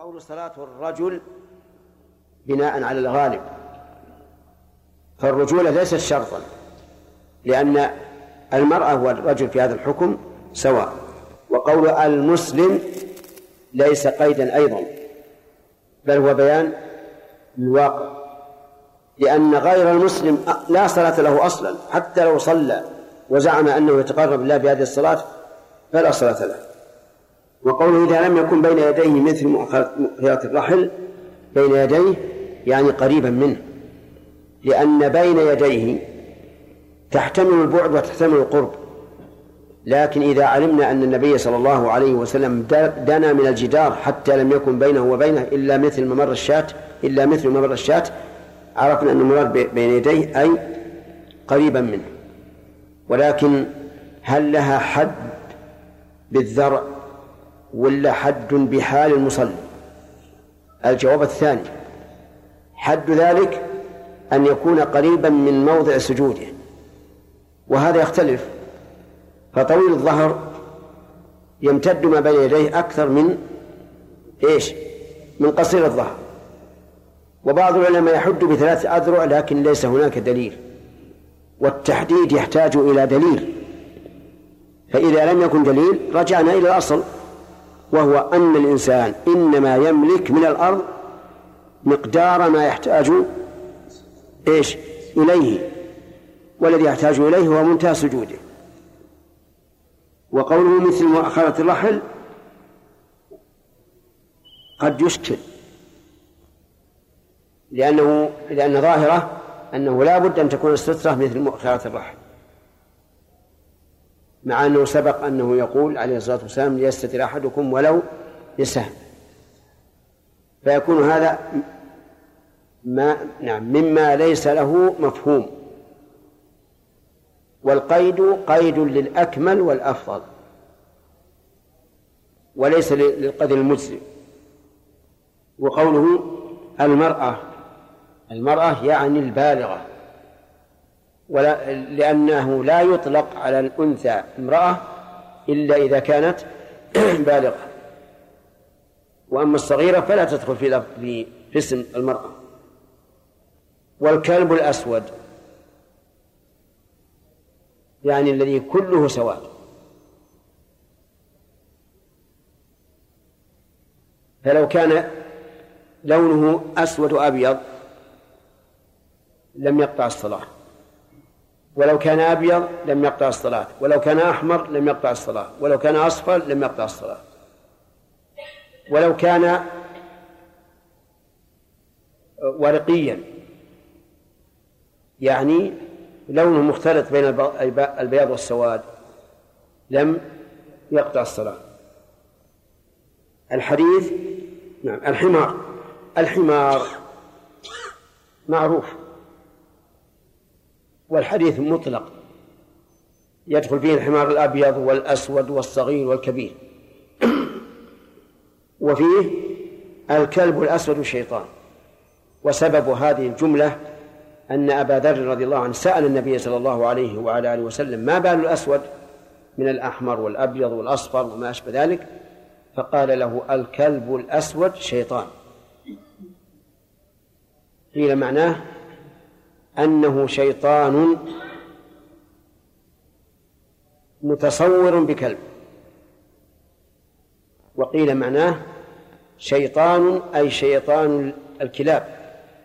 قول صلاة الرجل بناء على الغالب، فالرجولة ليست شرطا، لأن المرأة والرجل في هذا الحكم سواء. وقول المسلم ليس قيدا أيضا، بل هو بيان الواقع، لأن غير المسلم لا صلاة له أصلا، حتى لو صلى وزعم أنه يتقرب الله بهذه الصلاة فلا صلاة له. وقوله إذا لم يكن بين يديه مثل مؤخرة الرحل، بين يديه يعني قريبا منه، لأن بين يديه تحتمل البعد وتحتمل القرب. لكن إذا علمنا أن النبي صلى الله عليه وسلم دنا من الجدار حتى لم يكن بينه وبينه إلا مثل ممر الشاة، عرفنا أن المراد بين يديه أي قريبا منه. ولكن هل لها حد بالذرع ولا حد بحال المصلي؟ الجواب الثاني، حد ذلك أن يكون قريبا من موضع سجوده، وهذا يختلف، فطويل الظهر يمتد ما بين يديه أكثر من من قصير الظهر. وبعض العلماء يحد ب3 أذرع، لكن ليس هناك دليل، والتحديد يحتاج إلى دليل. فإذا لم يكن دليل رجعنا إلى الأصل، وهو أن الإنسان إنما يملك من الأرض مقدار ما يحتاج إليه، والذي يحتاج إليه هو منتهى سجوده. وقوله مثل مؤخرة الرحل قد يشكل، لأن ظاهرة أنه لا بد أن تكون السترة مثل مؤخرة الرحل، مع أنه سبق أنه يقول عليه الصلاة والسلام ليستتر أحدكم ولو بسهم، فيكون هذا مما ليس له مفهوم. والقيد قيد للأكمل والأفضل، وليس للقدر المجزئ. وقوله المرأة يعني البالغة، لأنه لا يطلق على الأنثى امرأة إلا إذا كانت بالغة، وأما الصغيرة فلا تدخل في اسم المرأة. والكلب الأسود يعني الذي كله سواد، فلو كان لونه أسود أبيض لم يقطع الصلاة، ولو كان أبيض لم يقطع الصلاة، ولو كان أحمر لم يقطع الصلاة، ولو كان أصفر لم يقطع الصلاة، ولو كان ورقيا يعني لونه مختلط بين البياض والسواد لم يقطع الصلاة. الحديث الحمار معروف، والحديث مطلق يدخل فيه الحمار الأبيض والأسود والصغير والكبير. وفيه الكلب الأسود الشيطان. وسبب هذه الجملة أن أبا ذر رضي الله عنه سأل النبي صلى الله عليه وعلى آله وسلم ما بال الأسود من الأحمر والأبيض والأصفر وما أشبه ذلك، فقال له الكلب الأسود شيطان. قيل معناه أنه شيطان متصور بكلب، وقيل معناه شيطان أي شيطان الكلاب،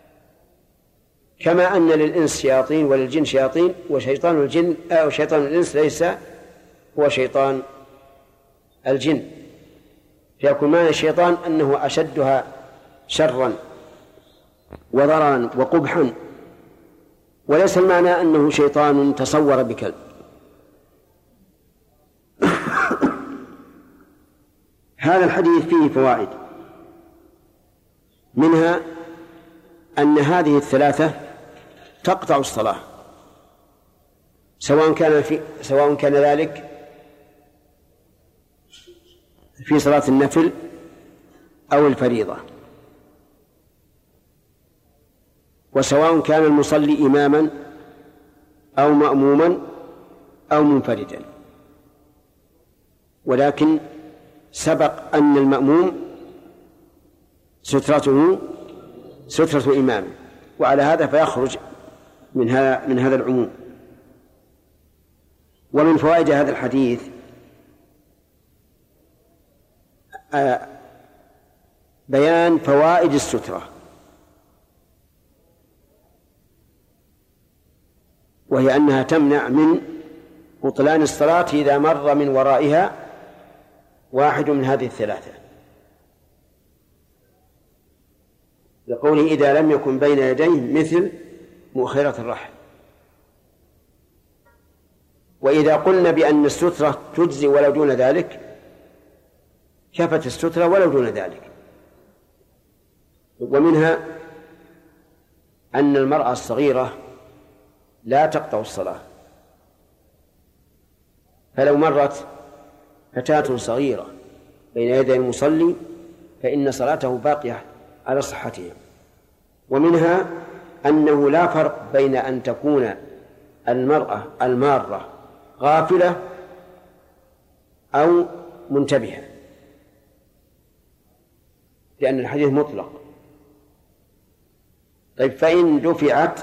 كما أن للإنس شياطين وللجن شياطين، وشيطان الجن أو شيطان الإنس ليس هو شيطان الجن، فيكون معنى الشيطان أنه أشدها شرا وضررا وقبحا، وليس المعنى أنه شيطان تصور بكلب. هذا الحديث فيه فوائد، منها أن هذه الثلاثة تقطع الصلاة، سواء كان ذلك في صلاة النفل أو الفريضة، وسواء كان المصلي إماما أو مأموما أو منفردا. ولكن سبق أن المأموم سترته سترة إمامه، وعلى هذا فيخرج من هذا العموم. ومن فوائد هذا الحديث بيان فوائد السترة، وهي أنها تمنع من بطلان الصلاة إذا مر من ورائها واحد من هذه الثلاثة، لقوله إذا لم يكن بين يديه مثل مؤخرة الرحل. وإذا قلنا بأن السترة تجزي ولو دون ذلك كفت السترة ولو دون ذلك. ومنها أن المرأة الصغيرة لا تقطع الصلاة، فلو مرت فتاة صغيرة بين يدي المصلي فإن صلاته باقية على صحتها. ومنها أنه لا فرق بين أن تكون المرأة المارة غافلة أو منتبهة، لأن الحديث مطلق. طيب فإن دفعت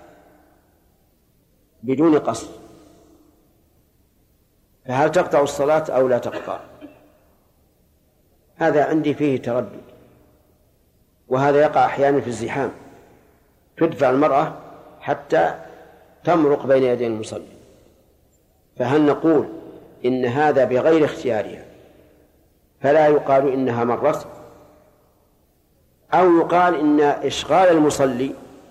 بدون قصد فهل تقطع الصلاة أو لا تقطع؟ هذا عندي فيه تردد، وهذا يقع أحيانا في الزحام، تدفع المرأة حتى تمرق بين يدي المصلي، فهل نقول إن هذا بغير اختيارها فلا يقال إنها مرت، أو يقال إن إشغال المصلي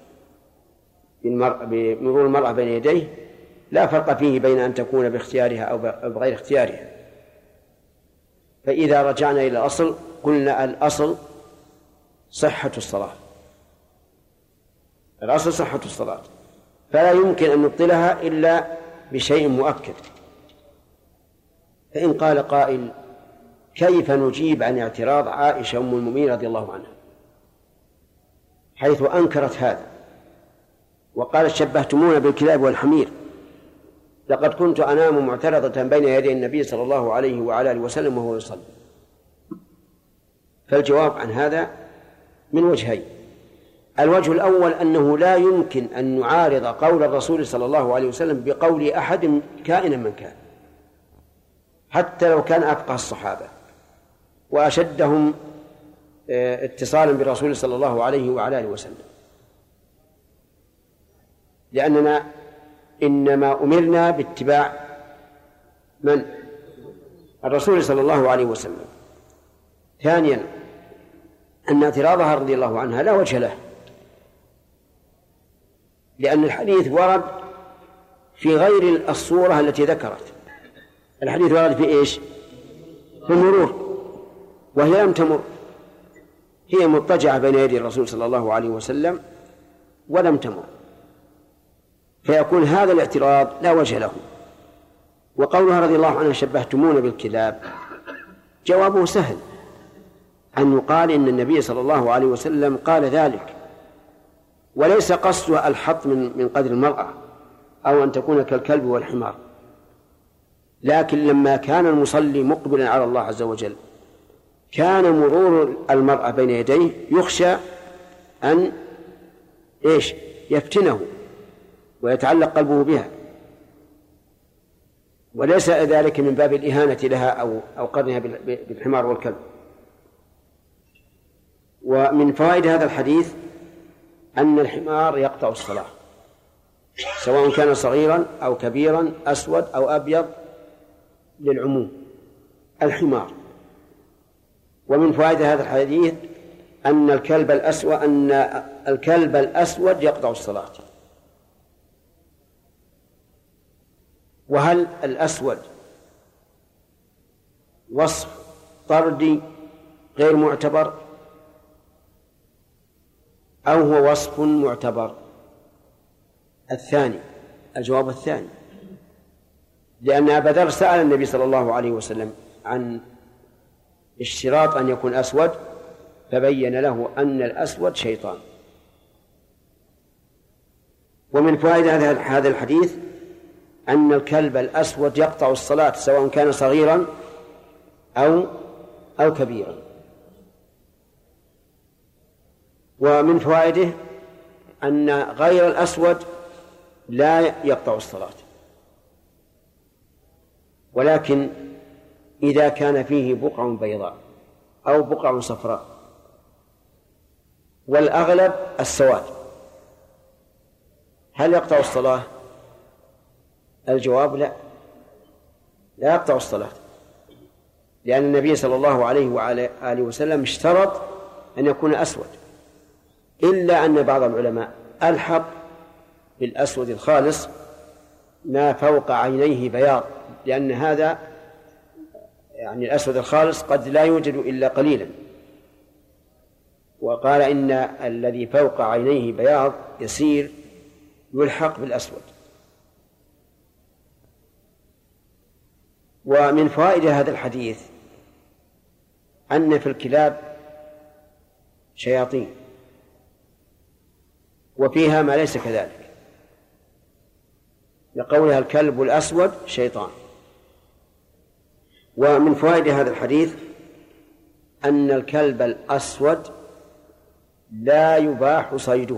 بمرور المرأة بين يديه لا فرق فيه بين أن تكون باختيارها أو بغير اختيارها؟ فإذا رجعنا إلى الأصل قلنا الأصل صحة الصلاة، الأصل صحة الصلاة، فلا يمكن أن نبطلها إلا بشيء مؤكد. فإن قال قائل كيف نجيب عن اعتراض عائشة أم المؤمنين رضي الله عنها حيث أنكرت هذا وقالت شبهتمونا بالكلاب والحمير، لقد كنت أنام معترضة بين يدي النبي صلى الله عليه وعلى آله وسلم وهو يصلي. فالجواب عن هذا من وجهين: الوجه الأول أنه لا يمكن أن نعارض قول الرسول صلى الله عليه وسلم بقول أحد كائنا من كان، حتى لو كان أفقه الصحابة وأشدهم اتصالا بالرسول صلى الله عليه وعلى آله وسلم، لأننا إنما أمرنا باتباع من؟ الرسول صلى الله عليه وسلم. ثانيا أن اعتراضها رضي الله عنها لا وجه له، لأن الحديث ورد في غير الصورة التي ذكرت. الحديث ورد في إيش؟ في المرور، وهي لم تمر، هي مضطجعة بين يدي الرسول صلى الله عليه وسلم ولم تمر، فيكون هذا الاعتراض لا وجه له. وقولها رضي الله عنها شبهتمونا بالكلاب جوابه سهل، أن يقال إن النبي صلى الله عليه وسلم قال ذلك، وليس قصده الحط من قدر المرأة أو أن تكون كالكلب والحمار، لكن لما كان المصلي مقبلا على الله عز وجل كان مرور المرأة بين يديه يخشى أن يفتنه ويتعلق قلبه بها، وليس ذلك من باب الإهانة لها أو قرنها بالحمار والكلب. ومن فوائد هذا الحديث أن الحمار يقطع الصلاة سواء كان صغيرا أو كبيرا، أسود أو أبيض، للعموم الحمار. ومن فوائد هذا الحديث أن الكلب الأسود يقطع الصلاة. وهل الأسود وصف طردي غير معتبر أو هو وصف معتبر؟ الثاني، الجواب الثاني، لأن أبا ذر سأل النبي صلى الله عليه وسلم عن اشتراط أن يكون أسود فبين له أن الأسود شيطان. ومن فوائد هذا الحديث أن الكلب الأسود يقطع الصلاة سواء كان صغيرا أو كبيرا. ومن فوائده أن غير الأسود لا يقطع الصلاة، ولكن إذا كان فيه بقع بيضاء أو بقع صفراء، والأغلب السواد، هل يقطع الصلاة؟ الجواب لا يقطع الصلاة، لأن النبي صلى الله عليه وعلى آله وسلم اشترط أن يكون أسود، إلا أن بعض العلماء ألحق بالأسود الخالص ما فوق عينيه بياض، لأن هذا يعني الأسود الخالص قد لا يوجد إلا قليلا، وقال إن الذي فوق عينيه بياض يسير يلحق بالأسود. ومن فوائد هذا الحديث أن في الكلاب شياطين وفيها ما ليس كذلك، لقولها الكلب الأسود شيطان. ومن فوائد هذا الحديث أن الكلب الأسود لا يباح صيده،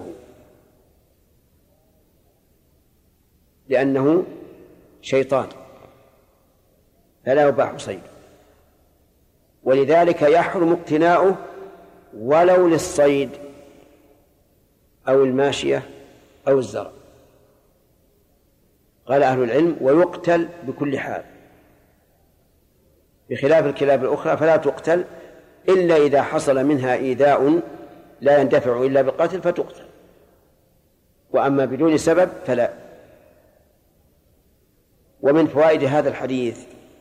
لأنه شيطان فلا يباح صيده، ولذلك يحرم اقتناؤه ولو للصيد أو الماشية أو الزرع. قال أهل العلم: ويقتل بكل حال، بخلاف الكلاب الأخرى فلا تقتل إلا إذا حصل منها إيذاء لا يندفع إلا بالقتل فتقتل، وأما بدون سبب فلا. ومن فوائد هذا الحديث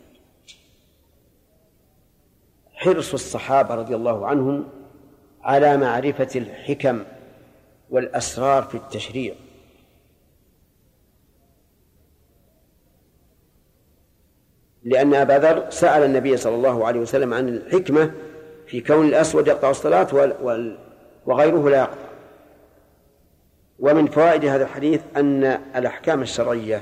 حرص الصحابة رضي الله عنهم على معرفة الحكم والأسرار في التشريع، لأن أبا ذر سأل النبي صلى الله عليه وسلم عن الحكمة في كون الأسود يقطع الصلاة وغيره لا يقطع. ومن فوائد هذا الحديث أن الأحكام الشرعية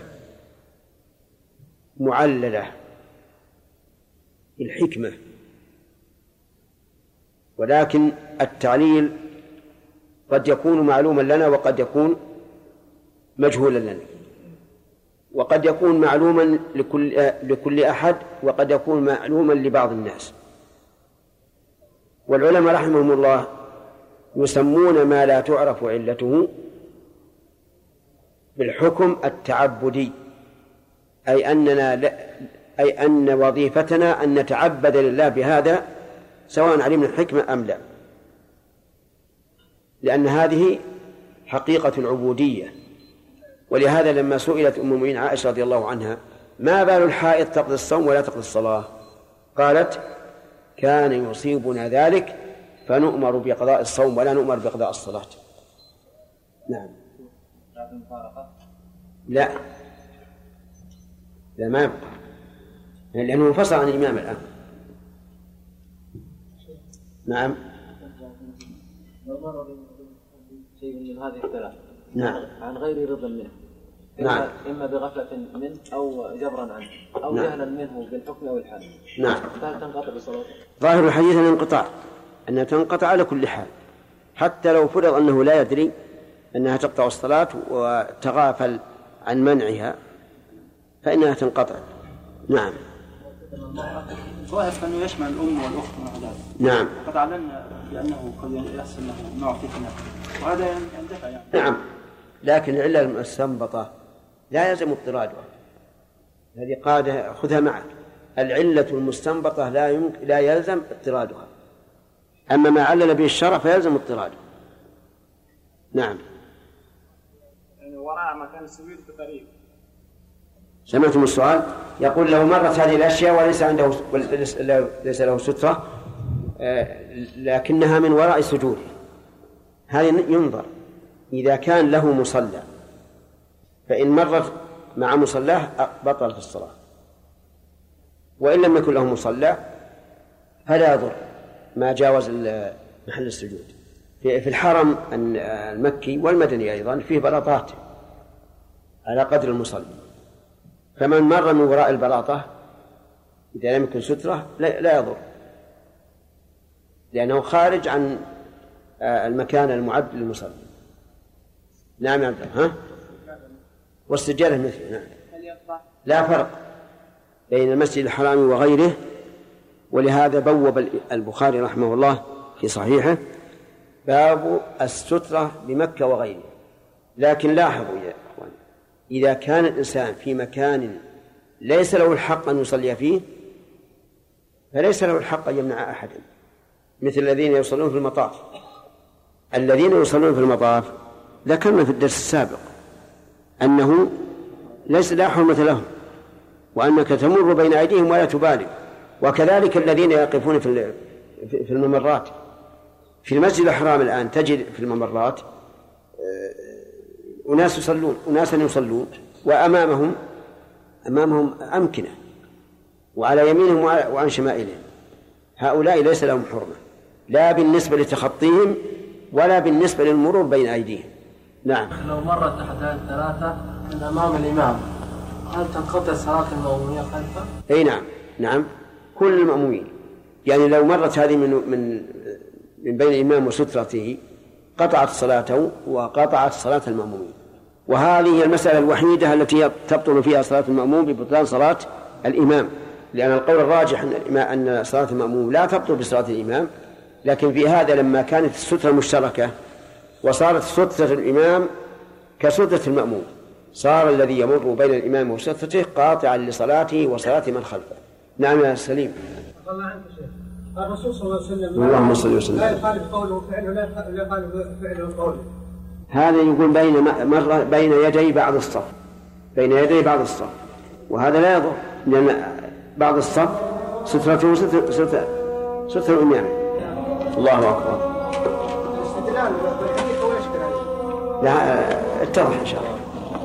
معللة بالحكمة، ولكن التعليل قد يكون معلوما لنا وقد يكون مجهولا لنا، وقد يكون معلوما لكل أحد وقد يكون معلوما لبعض الناس. والعلماء رحمهم الله يسمون ما لا تعرف علته بالحكم التعبدي، أي أن وظيفتنا أن نتعبد لله بهذا سواء علمنا الحكمة أم لا، لأن هذه حقيقة العبودية. ولهذا لما سئلت أم المؤمنين عائشة رضي الله عنها: ما بال الحائض تقضي الصوم ولا تقضي الصلاة؟ قالت: كان يصيبنا ذلك فنؤمر بقضاء الصوم ولا نؤمر بقضاء الصلاة. نعم. لا ما يبقى، لأنه انفصل عن الإمام الآن. نعم. لو مر شيء من هذه الثلاث نعم عن غير رضا منه، نعم، إما بغفلة منه أو جبرا عنه أو جهلا منه بالحكم أو الحال، نعم، فهل تنقطع بصلاته؟ ظاهر الحديث الانقطاع، أنها تنقطع على كل حال، حتى لو فرض أنه لا يدري أنها تقطع الصلاة وتغافل عن منعها فإنها تنقطع. نعم. ظاهر أنه يشمل الأم والأخت والأولاد. نعم. وقد علمنا بأنه قد يحصل له نوع فتنة وهذا يندفع يعني. نعم، لكن العلة المستنبطة لا يلزم اضطرادها، هذه قاعدة خذها معك، العلة المستنبطة لا يلزم اضطرادها، أما ما علل به الشرع فيلزم اضطراده. نعم. يعني وراء مكان السجود بقريب. سمعتم السؤال؟ يقول لو مرت هذه الأشياء ليس له سترة لكنها من وراء سجوده، هذه ينظر إذا كان له مصلى، فإن مرت مع مصلاه بطلت الصلاة، وإن لم يكن له مصلى فلا يضر ما جاوز محل السجود. في الحرم المكي والمدني أيضا فيه بلاطات على قدر المصلي، فمن مر من وراء البلاطة إذا لم يكن سترة لا يضر، لأنه خارج عن المكان المعد للمصلي. نعم يا عبد الله. ها؟ والسجادة مثله. نعم. لا فرق بين المسجد الحرام وغيره، ولهذا بوب البخاري رحمه الله في صحيحه باب السترة بمكة وغيره. لكن لاحظوا يا أخوان، إذا كان الإنسان في مكان ليس له الحق أن يصلي فيه فليس له الحق أن يمنع أحدا، مثل الذين يصلون في المطاف. الذين يصلون في المطاف ذكرنا في الدرس السابق أنه لا حرمة لهم، وأنك تمر بين أيديهم ولا تبالي. وكذلك الذين يقفون في الممرات في المسجد الحرام الآن تجد في الممرات أناسا يصلون وأمامهم أمكنة وعلى يمينهم وعن شمائلهم. هؤلاء ليس لهم حرمة لا بالنسبة لتخطيهم ولا بالنسبة للمرور بين أيديهم. نعم. لو مرت أحدان ثلاثة من أمام الإمام هل تنقطع صلاة المأمومية خلفه؟ أي نعم كل المأمومين، يعني لو مرت هذه من بين الإمام وسترته قطعت صلاته وقطعت صلاة المأمومين. وهذه هي المسألة الوحيدة التي تبطل فيها صلاة المأموم ببطلان صلاة الإمام، لأن القول الراجح أن صلاة المأموم لا تبطل بصلاة الإمام. لكن في هذا لما كانت السترة مشتركة وصارت سترة الإمام كسترة المأموم صار الذي يمر بين الإمام وسترته قاطعا لصلاته وصلاة من خلفه. نعم يا سليم. الله عنك شيخ. الرسول صلى الله عليه وسلم اللهم صل وسلم لا يخالف قوله فعله لا يخالف فعله قوله. هذا يقول مرة بين يدي بعض الصف، بين يدي بعض الصف، وهذا لا يضر لأن بعض الصف سترته ستر الإمام. الله أكبر. الاستدلال بالحديث هو يشكل عليه. لا اتضح إن شاء الله.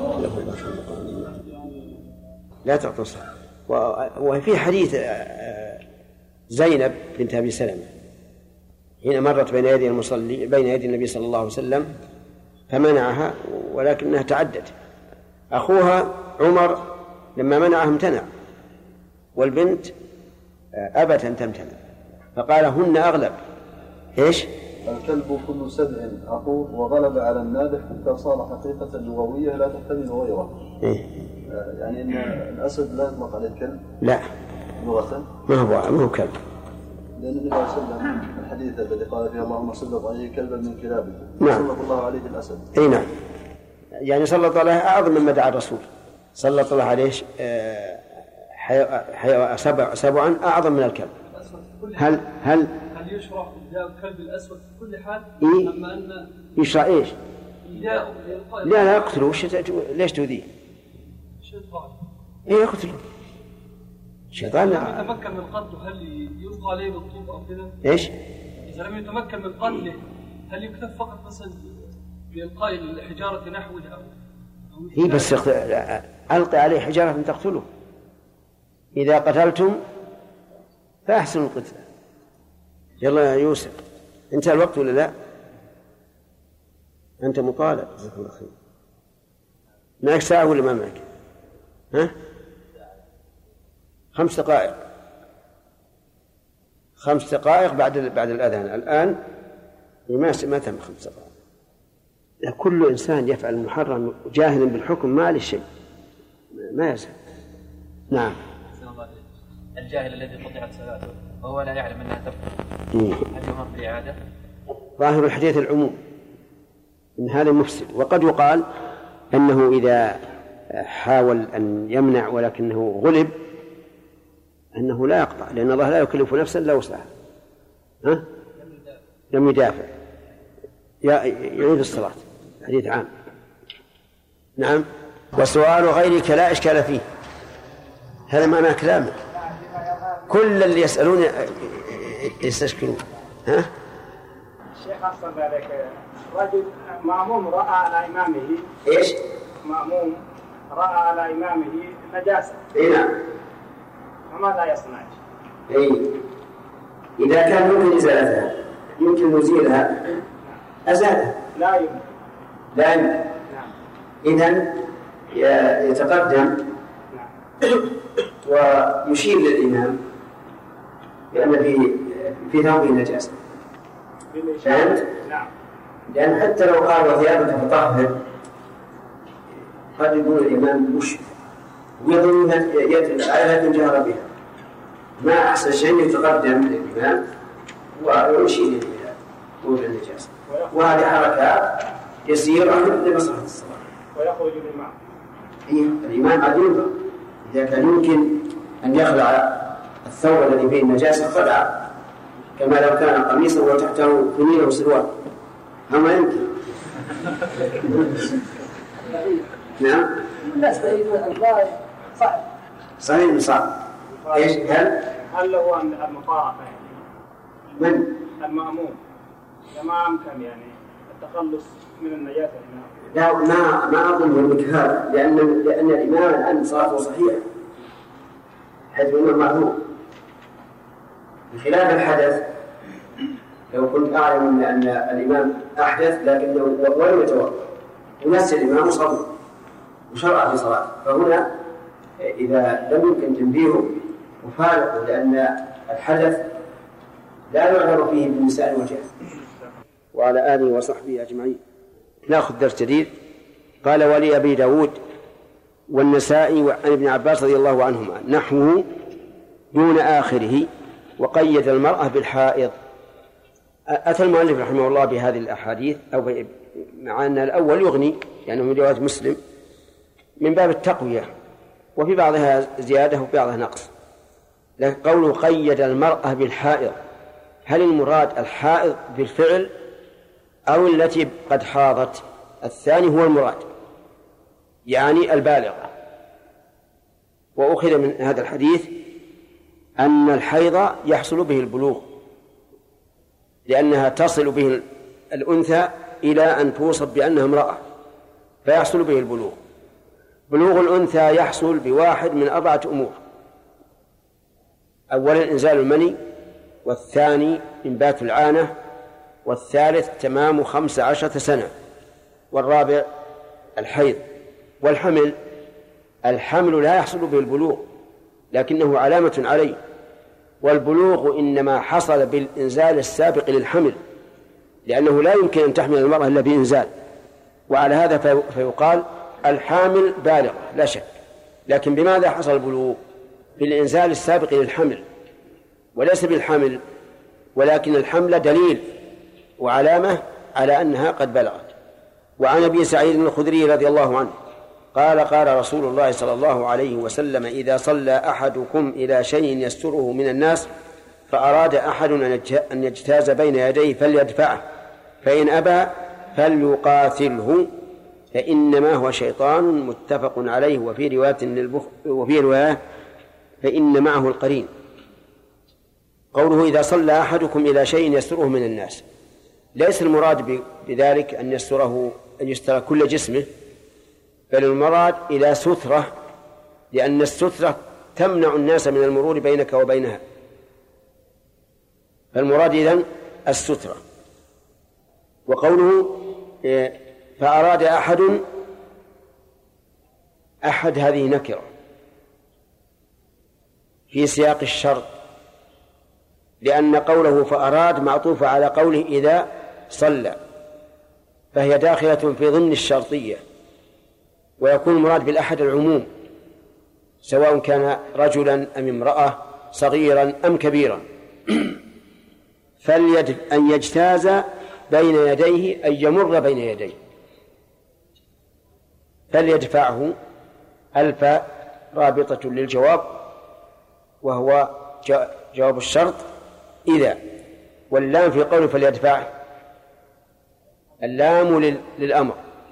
لا تقتصر. وفي حديث زينب بنت أبي سلمة حين مرت بين يدي المصلي بين يدي النبي صلى الله عليه وسلم فمنعها، ولكنها تعدت. أخوها عمر لما منعها امتنع، والبنت أبت أن تمتنع، فقال هن أغلب. إيش؟ الكلب كل سبع عقور وغلب على النادح حتى صار حقيقة لغوية لا تحتمل غيره. يعني إن الأسد لا يطلق عليه الكلب. لا لغة ما هو كلب، لأن النبي صلى الله عليه وسلم الحديث الذي قال فيه اللهم سلط عليه كلبا من كلابه سلط الله عليه الأسد. أي نعم، يعني سلط عليه أعظم مما دعا الرسول، سلط الله عليه سبعا أعظم من الكلب. هل يشرع إيذاء الكلب الأسود في كل حال؟ إيه؟ أما أن يشرع إيش؟ إيذاء لا يقتلوا. ليش تؤذيه؟ شيطان. إيه يقتلوا شيطان. إذا لم يتمكن من قتله هل يلقى عليه بالطوب أو كذا؟ إيش؟ إذا لم يتمكن من قتله هل يكتف فقط مثلا بإلقاء الحجارة نحوه أو هي بس ألقي عليه حجارة تقتله. إذا قتلتم فأحسنوا القتل. يلا يا يوسف، انتهى الوقت ولا لا؟ أنت مطالب. جزاك الله خير. معك ساعة ولا ما معك؟ ها؟ 5 دقائق. 5 دقائق بعد الأذان. الآن ما تم 5 دقائق. كل إنسان يفعل المحرم جاهلا بالحكم ما له شيء ما يزال. نعم. الجاهل الذي قطعت صلاته وهو لا يعلم أنها تبطل هل يمر بالإعادة؟ ظاهر الحديث العموم إن هذا مفسد. وقد يقال أنه إذا حاول أن يمنع ولكنه غلب أنه لا يقطع، لأن الله لا يكلف نفسا لا وسعها. لم يدافع يعيد الصلاة. حديث عام. نعم. وسؤال غيرك لا إشكال فيه. هذا معنى كلامه. كل اللي يسألون يستشكلون. الشيخ أحسن ذلك رجل مأموم رأى على إمامه. إيش؟ مأموم رأى على إمامه نجاسة. نعم. فماذا يصنع؟ إذا كان يمكن إزالتها يمكن نزيلها أزالها. لا يمكن. نعم. إذن يتقدم ويشير للإمام بأن في ثوبه نجاسة. فهمت؟ نعم. لأن حتى لو قال وثيابك فطهر قد يقول الإمام مشرك ويظن يد الآية جهر بها. ما أحسن شيء يتقدم للإمام ويشير إلى وجود النجاسة، وهذه حركات يسيرة لمصلحة الصلاة. ويخرج الإمام. الإمام عدو إذا كان يمكن أن يخلع الثوب الذي فيه النجاسة خلع، كما لو كان قميصا وتحته فنيل وسروال، هما يمكن. نعم. صحيح صعب. ايش هل له المطاعة من المأموم ما أمكن يعني التخلص من النجاسة؟ لا، ما أظن أنك هذا، لأن الإمام الآن صلاته صحيحة حيث إنه معذور. بخلاف الحدث لو كنت أعلم أن الإمام أحدث لكنه ولم يتوضأ ونسي الإمام صلى وشرع في صلاته، فهنا إذا لم يمكن تنبيهه وفارقه، لأن الحدث لا يعذر فيه بالنساء والجهل. وعلى آله وصحبه أجمعين. نأخذ درس جديد. قال ولي أبي داود والنسائي عن ابن عباس رضي الله عنهما نحوه دون آخره، وقيد المرأة بالحائض. أتى المؤلف رحمه الله بهذه الأحاديث أو مع أن الأول يغني لأنه من رواية مسلم من باب التقوية، وفي بعضها زيادة وفي بعضها نقص. لكن قوله قيد المرأة بالحائض، هل المراد الحائض بالفعل أو التي قد حاضت؟ الثاني هو المراد، يعني البالغة. وأخذ من هذا الحديث أن الحيض يحصل به البلوغ، لأنها تصل به الأنثى إلى أن توصف بأنها امرأة فيحصل به البلوغ. بلوغ الأنثى يحصل بواحد من 4 أمور: أولا إنزال المني، والثاني إنبات العانة، والثالث تمام 15 سنة، والرابع الحيض. والحمل، الحمل لا يحصل به البلوغ لكنه علامة عليه، والبلوغ إنما حصل بالإنزال السابق للحمل، لأنه لا يمكن أن تحمل المرأة إلا بإنزال. وعلى هذا فيقال الحامل بالغة لا شك، لكن بماذا حصل البلوغ؟ بالإنزال السابق للحمل وليس بالحمل، ولكن الحمل دليل وعلامة على أنها قد بلغت. وعن أبي سعيد الخدري رضي الله عنه قال قال رسول الله صلى الله عليه وسلم: إذا صلى أحدكم إلى شيء يستره من الناس فأراد أحد أن يجتاز بين يديه فليدفعه، فإن أبى فليقاتله فإنما هو شيطان. متفق عليه. وفي رواية فإن معه القرين. قوله إذا صلى أحدكم إلى شيء يستره من الناس، ليس المراد بذلك أن يستر كل جسمه، بل المراد إلى سترة، لأن السترة تمنع الناس من المرور بينك وبينها، فالمراد إذن السترة. وقوله فأراد أحد هذه نكرة في سياق الشرط، لأن قوله فأراد معطوف على قوله إذا صلى، فهي داخلة في ضمن الشرطية، ويكون المراد بالأحد العموم، سواء كان رجلا أم امرأة، صغيرا أم كبيرا. أن يجتاز بين يديه، أن يمر بين يديه. فليدفعه ألف رابطة للجواب، وهو جواب الشرط إذا، واللام في قوله فليدفعه اللام للأمر.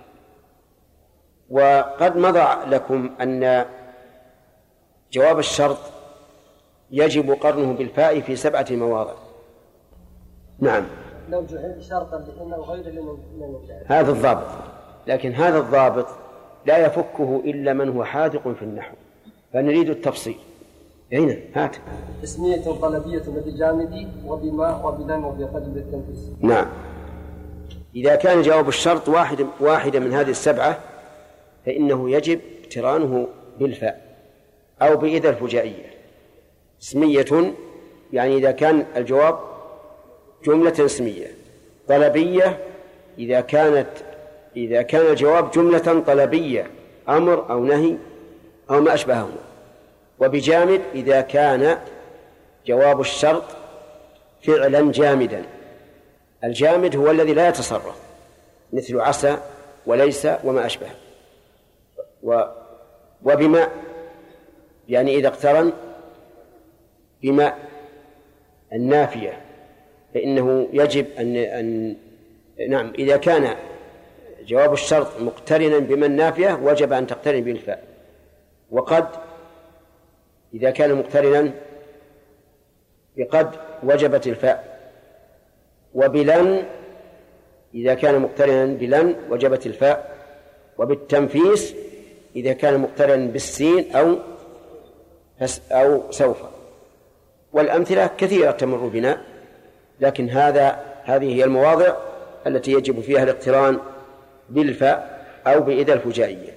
وقد مضى لكم أن جواب الشرط يجب قرنه بالفاء في 7 مواضع. نعم، لو جعل شرطا لأنه غير لمن هذا الضابط، لكن هذا الضابط لا يفكه إلا من هو حاذق في النحو، فنريد التفصيل. هنا هات تسمية طلبية بجامد وبما وبلن وبقلب التنفيذ. نعم، إذا كان جواب الشرط واحدة من هذه 7 فإنه يجب اقترانه بالفاء أو بإذا الفجائية. اسمية يعني إذا كان الجواب جملة اسمية، طلبية إذا كان الجواب جملة طلبية أمر أو نهي أو ما أشبهه، وبجامد إذا كان جواب الشرط فعلا جامدا. الجامد هو الذي لا يتصرف، مثل عسى وليس وما أشبه. وبما يعني إذا اقترن بما النافية فإنه يجب أن نعم إذا كان جواب الشرط مقترنا بما النافية وجب أن تقترن بالفاء. وقد إذا كان مقترنا بقد وجبت الفاء. وبلن إذا كان مقترنا بلن وجبت الفاء. وبالتنفيس إذا كان مقترنا بالسين أو سوف. والأمثلة كثيرة تمر بنا، لكن هذه هي المواضع التي يجب فيها الاقتران بالفاء أو بإذا الفجائية.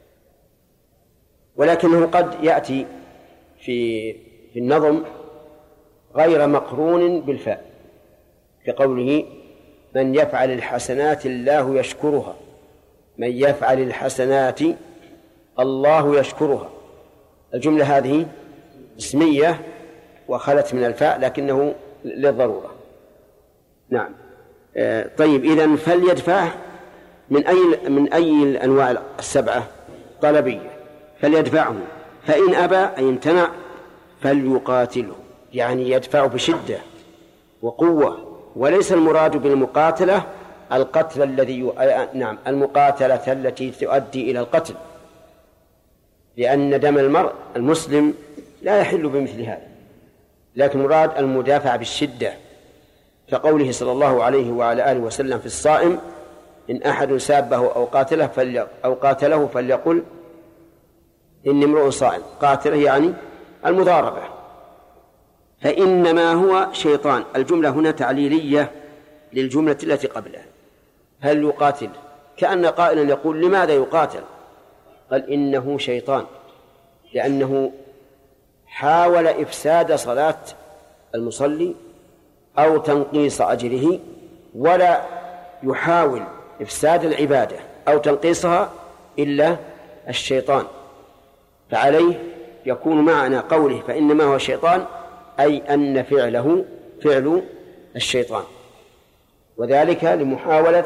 ولكنه قد يأتي في النظم غير مقرون بالفاء، كقوله من يفعل الحسنات الله يشكرها، من يفعل الحسنات الله يشكرها. الجملة هذه اسمية وخلت من الفاء لكنه للضرورة. نعم. طيب، إذن فليدفعه من أي الأنواع السبعة؟ طلبية. فليدفعه، فإن أبى أي امتنع فليقاتله، يعني يدفع بشدة وقوة. وليس المراد بالمقاتلة القتل الذي المقاتلة التي تؤدي إلى القتل، لأن دم المرء المسلم لا يحل بمثل هذا، لكن مراد المدافع بالشدة، كقوله صلى الله عليه وعلى آله وسلم في الصائم إن أحد سابه أو قاتله فليقل إني امرؤ صائم. قاتله يعني المضاربة. فإنما هو شيطان. الجملة هنا تعليلية للجملة التي قبلها، هل يقاتل؟ كأن قائلا يقول لماذا يقاتل؟ قال إنه شيطان، لأنه حاول إفساد صلاة المصلي أو تنقيص أجره، ولا يحاول إفساد العبادة أو تنقيصها إلا الشيطان. فعليه يكون معنى قوله فإنما هو شيطان أي أن فعله فعل الشيطان، وذلك لمحاولة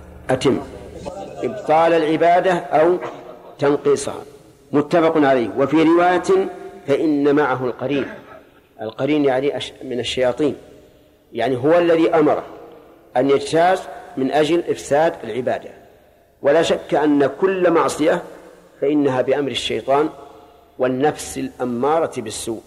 إبطال العبادة أو تنقيصها. متفق عليه. وفي رواية فإن معه القرين يعني من الشياطين، يعني هو الذي أمره أن يجتاز من أجل إفساد العبادة. ولا شك أن كل معصية فإنها بأمر الشيطان والنفس الأمارة بالسوء،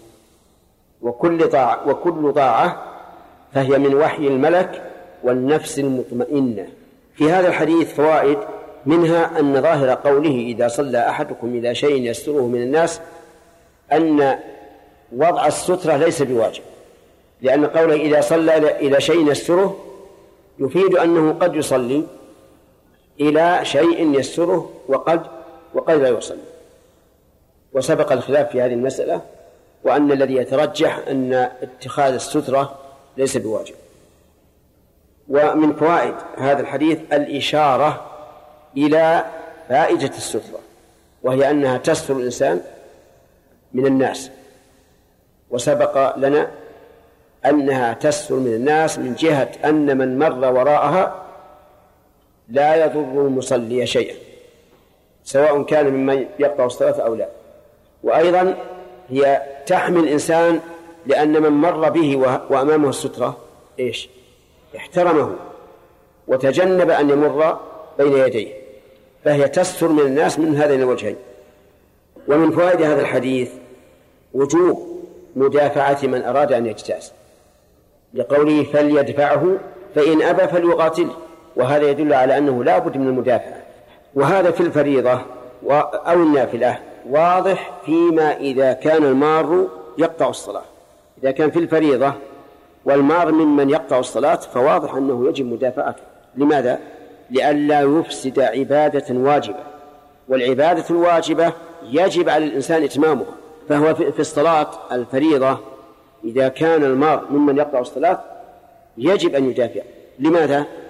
وكل طاعة فهي من وحي الملك والنفس المطمئنة. في هذا الحديث فوائد، منها أن ظاهر قوله إذا صلى أحدكم إلى شيء يستره من الناس أن وضع السترة ليس بواجب، لأن قوله إذا صلى إلى شيء يستره يفيد أنه قد يصلي إلى شيء يستره وقد لا يصلي. وسبق الخلاف في هذه المسألة، وأن الذي يترجح أن اتخاذ السترة ليس بواجب. ومن فوائد هذا الحديث الإشارة إلى فائدة السترة، وهي أنها تستر الإنسان من الناس. وسبق لنا أنها تستر من الناس من جهة أن من مر وراءها لا يضر المصلي شيئا، سواء كان ممن يقطع الصلاة أو لا. وأيضا هي تحمي الإنسان لأن من مر به وأمامه السترة احترمه وتجنب أن يمر بين يديه، فهي تستر من الناس من هذين الوجهين. ومن فوائد هذا الحديث وجوب مدافعة من أراد أن يجتاز، لقوله فليدفعه فإن أبى فليقاتل، وهذا يدل على أنه لا بد من المدافعة. وهذا في الفريضة أو النافلة واضح فيما إذا كان المار يقطع الصلاة. إذا كان في الفريضة والمار ممن يقطع الصلاة فواضح أنه يجب مدافعته. لماذا؟ لئلا يفسد عبادة واجبة، والعبادة الواجبة يجب على الإنسان إتمامها. فهو في الصلاة الفريضة إذا كان المار ممن يقطع الصلاة يجب أن يدافع. لماذا؟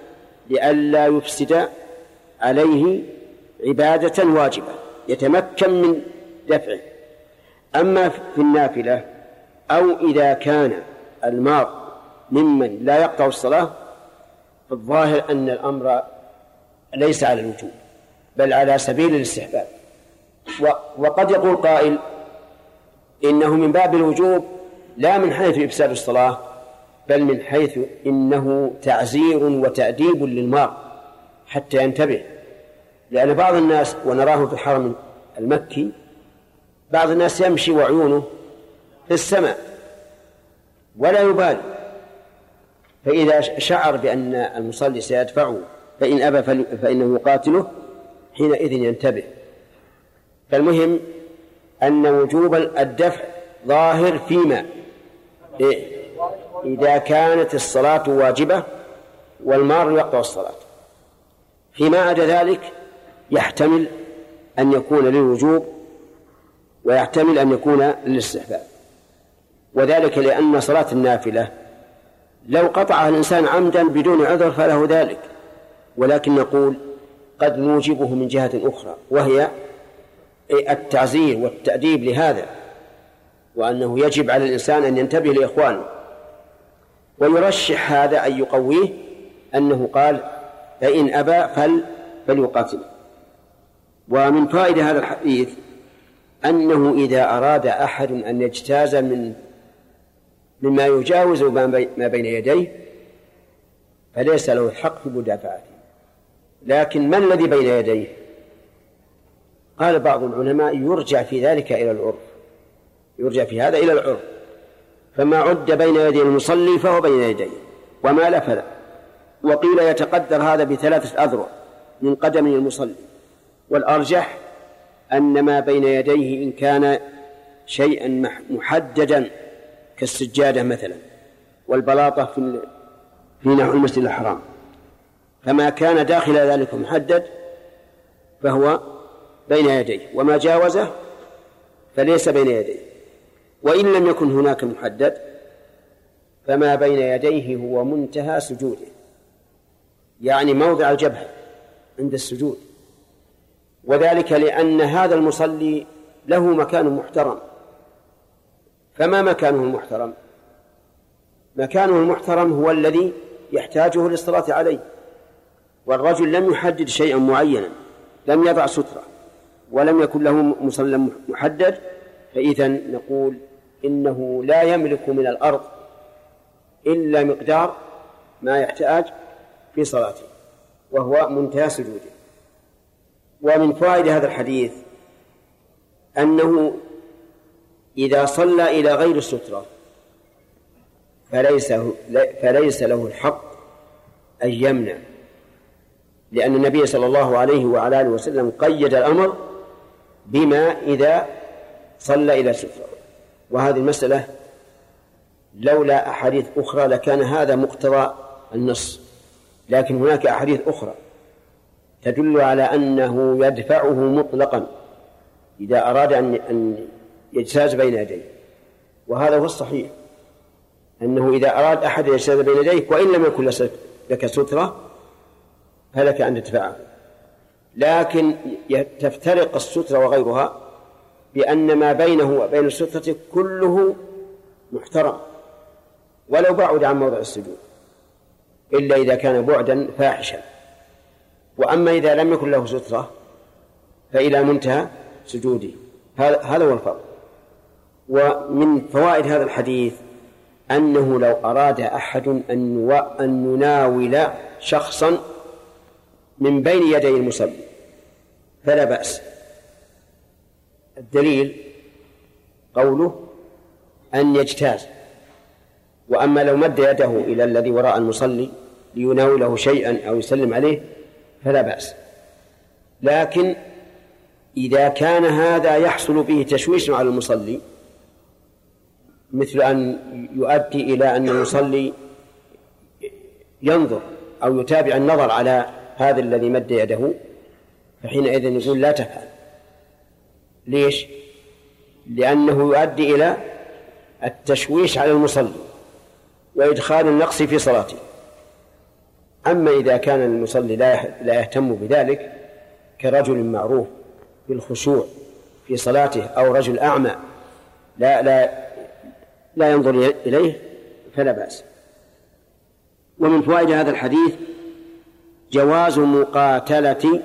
لئلا يفسد عليه عبادة واجبة يتمكن من دفعه. أما في النافلة أو إذا كان المار ممن لا يقطع الصلاة فالظاهر أن الأمر ليس على الوجوب بل على سبيل الاستحباب. وقد يقول قائل إنه من باب الوجوب لا من حيث إفساد الصلاة بل من حيث إنه تعزير وتأديب للمار حتى ينتبه. لأن بعض الناس ونراه في الحرم المكي بعض الناس يمشي وعيونه في السماء ولا يبالي، فإذا شعر بأن المصلي سيدفعه فإن أبى فإنه يقاتله حينئذ ينتبه. فالمهم أن وجوب الدفع ظاهر فيما إذا كانت الصلاة واجبة والمار يقطع الصلاة. فيما عدا ذلك يحتمل أن يكون للوجوب ويحتمل أن يكون للاستحباب، وذلك لأن صلاة النافلة لو قطعها الإنسان عمدا بدون عذر فله ذلك، ولكن نقول قد نوجبه من جهة أخرى وهي التعزير والتأديب لهذا، وأنه يجب على الإنسان أن ينتبه لإخوانه. ويرشح هذا أن يقويه أنه قال فإن أبى فليقاتل. ومن فائدة هذا الحديث أنه إذا أراد أحد أن يجتاز مما يجاوز ما بين يديه فليس له الحق في مدافعته. لكن ما الذي بين يديه؟ قال بعض العلماء يرجع في ذلك إلى العرف، يرجع في هذا إلى العرف، فما عد بين يدي المصلي فهو بين يديه وما لا فلا. وقيل يتقدر هذا بثلاثة أذرع من قدم المصلي، والأرجح أن ما بين يديه إن كان شيئا محددا كالسجادة مثلا والبلاطة في نحو المسجد الحرام، فما كان داخل ذلك محدد فهو بين يديه، وما جاوزه فليس بين يديه. وإن لم يكن هناك محدد فما بين يديه هو منتهى سجوده، يعني موضع الجبهة عند السجود، وذلك لأن هذا المصلي له مكان محترم. فما مكانه المحترم؟ مكانه المحترم هو الذي يحتاجه للصلاة عليه، والرجل لم يحدد شيئا معينا، لم يضع سترة ولم يكن له مصلى محدد، فإذا نقول إنه لا يملك من الأرض إلا مقدار ما يحتاج في صلاته وهو منتهى سجوده. ومن فائدة هذا الحديث أنه إذا صلى إلى غير السترة فليس له الحق أن يمنع، لأن النبي صلى الله عليه وعلى آله وسلم قيد الأمر بما إذا صلى إلى سترة. وهذه المسألة لولا أحاديث أخرى لكان هذا مقتضى النص، لكن هناك أحاديث أخرى تدل على أنه يدفعه مطلقا إذا أراد أن يجتاز بين يديه. وهذا هو الصحيح، أنه إذا أراد أحد يجتاز بين يديك وإن لم يكن لك سترة فلك أن تدفعه، لكن تفترق السترة وغيرها بأن ما بينه وبين السترة كله محترم ولو بعد عن موضع السجود، إلا إذا كان بعدا فاحشا. وأما إذا لم يكن له سترة فإلى منتهى سجوده. هذا هو الفرق. ومن فوائد هذا الحديث أنه لو أراد أحد أن يناول شخصا من بين يدي المصلي فلا بأس. الدليل قوله أن يجتاز. وأما لو مد يده إلى الذي وراء المصلي ليناوله شيئا أو يسلم عليه فلا بأس. لكن إذا كان هذا يحصل به تشويش على المصلي، مثل أن يؤدي إلى أن المصلي ينظر أو يتابع النظر على هذا الذي مد يده، فحينئذ يقول لا تفعل. ليش؟ لأنه يؤدي إلى التشويش على المصلي وإدخال النقص في صلاته. أما إذا كان المصلي لا يهتم بذلك كرجل معروف بالخشوع في صلاته أو رجل أعمى لا ينظر إليه فلا بأس. ومن فوائد هذا الحديث جواز مقاتلة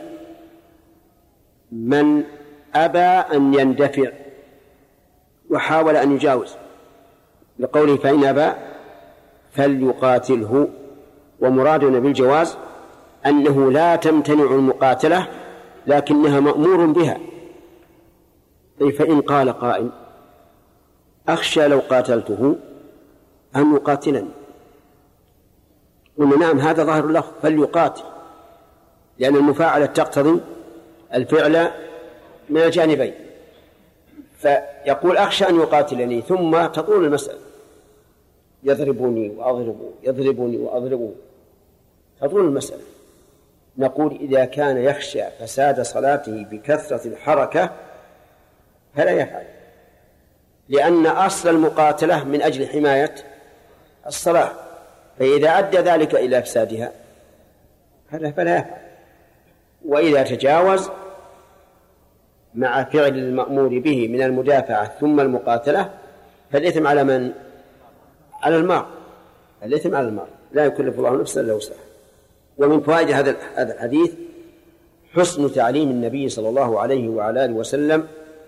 من أبى أن يندفع وحاول أن يجاوز، لقوله فإن أبى فليقاتله. ومرادنا بالجواز أنه لا تمتنع المقاتلة لكنها مأمور بها. فإن قال قائل أخشى لو قاتلته أن يقاتلني، قلنا نعم هذا ظاهر اللفظ فليقاتل، لأن المفاعلة تقتضي الفعل من الجانبين. فيقول أخشى أن يقاتلني ثم تطول المسألة، يضربني وأضربه يضربني وأضربه، تطول المسألة. نقول إذا كان يخشى فساد صلاته بكثرة الحركة فلا يفعل، لأن أصل المقاتلة من أجل حماية الصلاة، فإذا أدى ذلك إلى إفسادها فلا يفعل. وإذا تجاوز مع فعل المأمور به من المدافعة ثم المقاتلة فالإثم على من؟ على المار، الإثم على المار، لا يكلف الله نفسا إلا وسعها. ومن فوائد هذا الحديث حسن تعليم النبي صلى الله عليه وعلى آله وسلم،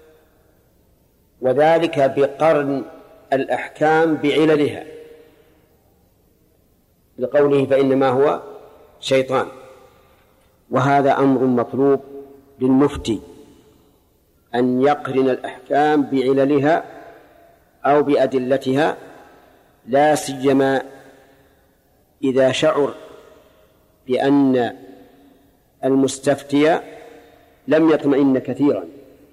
وذلك بقرن الأحكام بعللها، لقوله فإنما هو شيطان. وهذا أمر مطلوب للمفتي أن يقرن الأحكام بعللها أو بأدلتها، لا سيما إذا شعر بأن المستفتي لم يطمئن كثيرا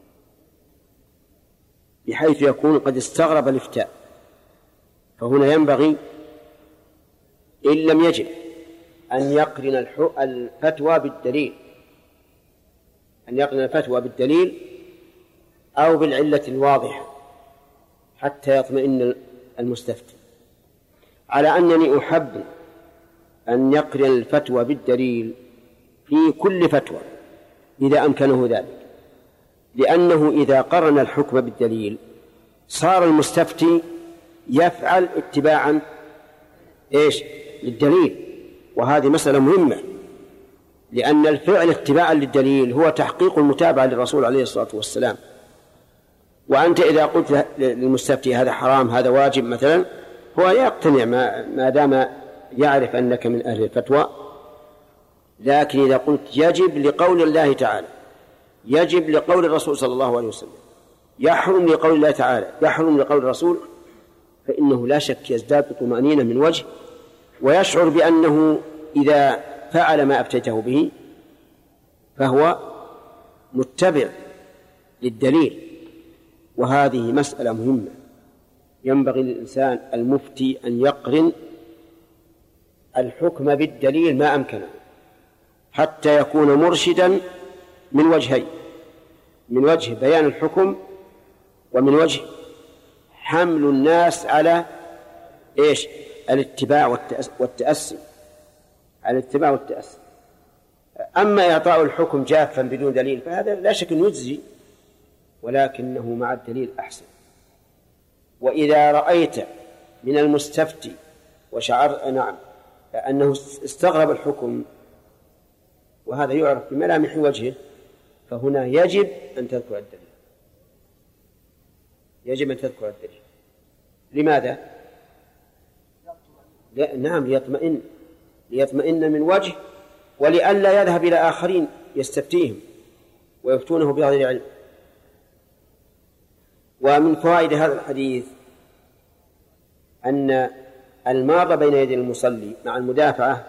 بحيث يكون قد استغرب الإفتاء، فهنا ينبغي إن لم يجب أن يقرن الفتوى بالدليل، أن يقرن الفتوى بالدليل أو بالعلة الواضحة حتى يطمئن المستفتي، على أنني أحب أن يقرن الفتوى بالدليل في كل فتوى إذا أمكنه ذلك، لأنه إذا قرن الحكم بالدليل صار المستفتي يفعل اتباعا للدليل، وهذه مسألة مهمة، لأن الفعل اتباعا للدليل هو تحقيق المتابعة للرسول عليه الصلاة والسلام. وأنت إذا قلت للمستفتي هذا حرام هذا واجب مثلا، هو يقتنع ما دام يعرف أنك من أهل الفتوى. لكن إذا قلت يجب لقول الله تعالى، يجب لقول الرسول صلى الله عليه وسلم، يحرم لقول الله تعالى، يحرم لقول الرسول، فإنه لا شك يزداد طمأنينة من وجه، ويشعر بأنه إذا فعل ما أفتيته به فهو متبع للدليل. وهذه مسألة مهمة، ينبغي للإنسان المفتي أن يقرن الحكم بالدليل ما أمكنه حتى يكون مرشدا من وجهين، من وجه بيان الحكم ومن وجه حمل الناس على الاتباع والتأسي، على الاتباع والتأسي. أما إعطاء الحكم جافا بدون دليل فهذا لا شك أن يجزي، ولكنه مع الدليل أحسن. وإذا رأيت من المستفتي وشعر نعم أنه استغرب الحكم وهذا يعرف بملامح وجهه، فهنا يجب أن تذكر الدليل، يجب أن تذكر الدليل. لماذا؟ نعم ليطمئن من وجه، ولئلا يذهب إلى آخرين يستفتيهم ويفتونه بغير علم. ومن فوائد هذا الحديث أن المار بين يدي المصلي مع المدافعة،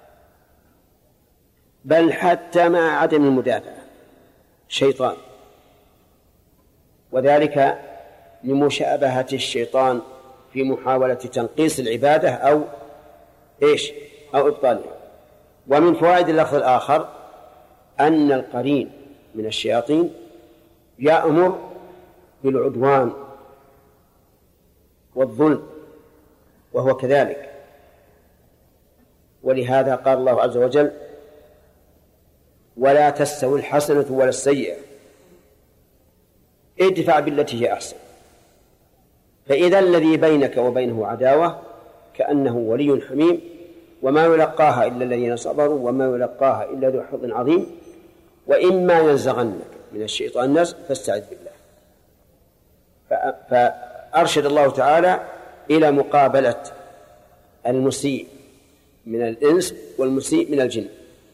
بل حتى مع عدم المدافعة، شيطان، وذلك لمشابهة الشيطان في محاولة تنقيص العبادة أو إبطالها. ومن فوائد اللفظ الآخر أن القرين من الشياطين يأمر بالعدوان والظلم، وهو كذلك، ولهذا قال الله عز وجل: ولا تستوي الحسنة ولا السيئة ادفع بالتي هي أحسن. فإذا الذي بينك وبينه عداوة كأنه ولي حميم، وما يلقاها إلا الذين صبروا وما يلقاها إلا ذو حظ عظيم. وإما ينزغنك من الشيطان نزغ فاستعذ بالله. فأرشد الله تعالى إلى مقابلة المسيء من الإنس والمسيء من الجن.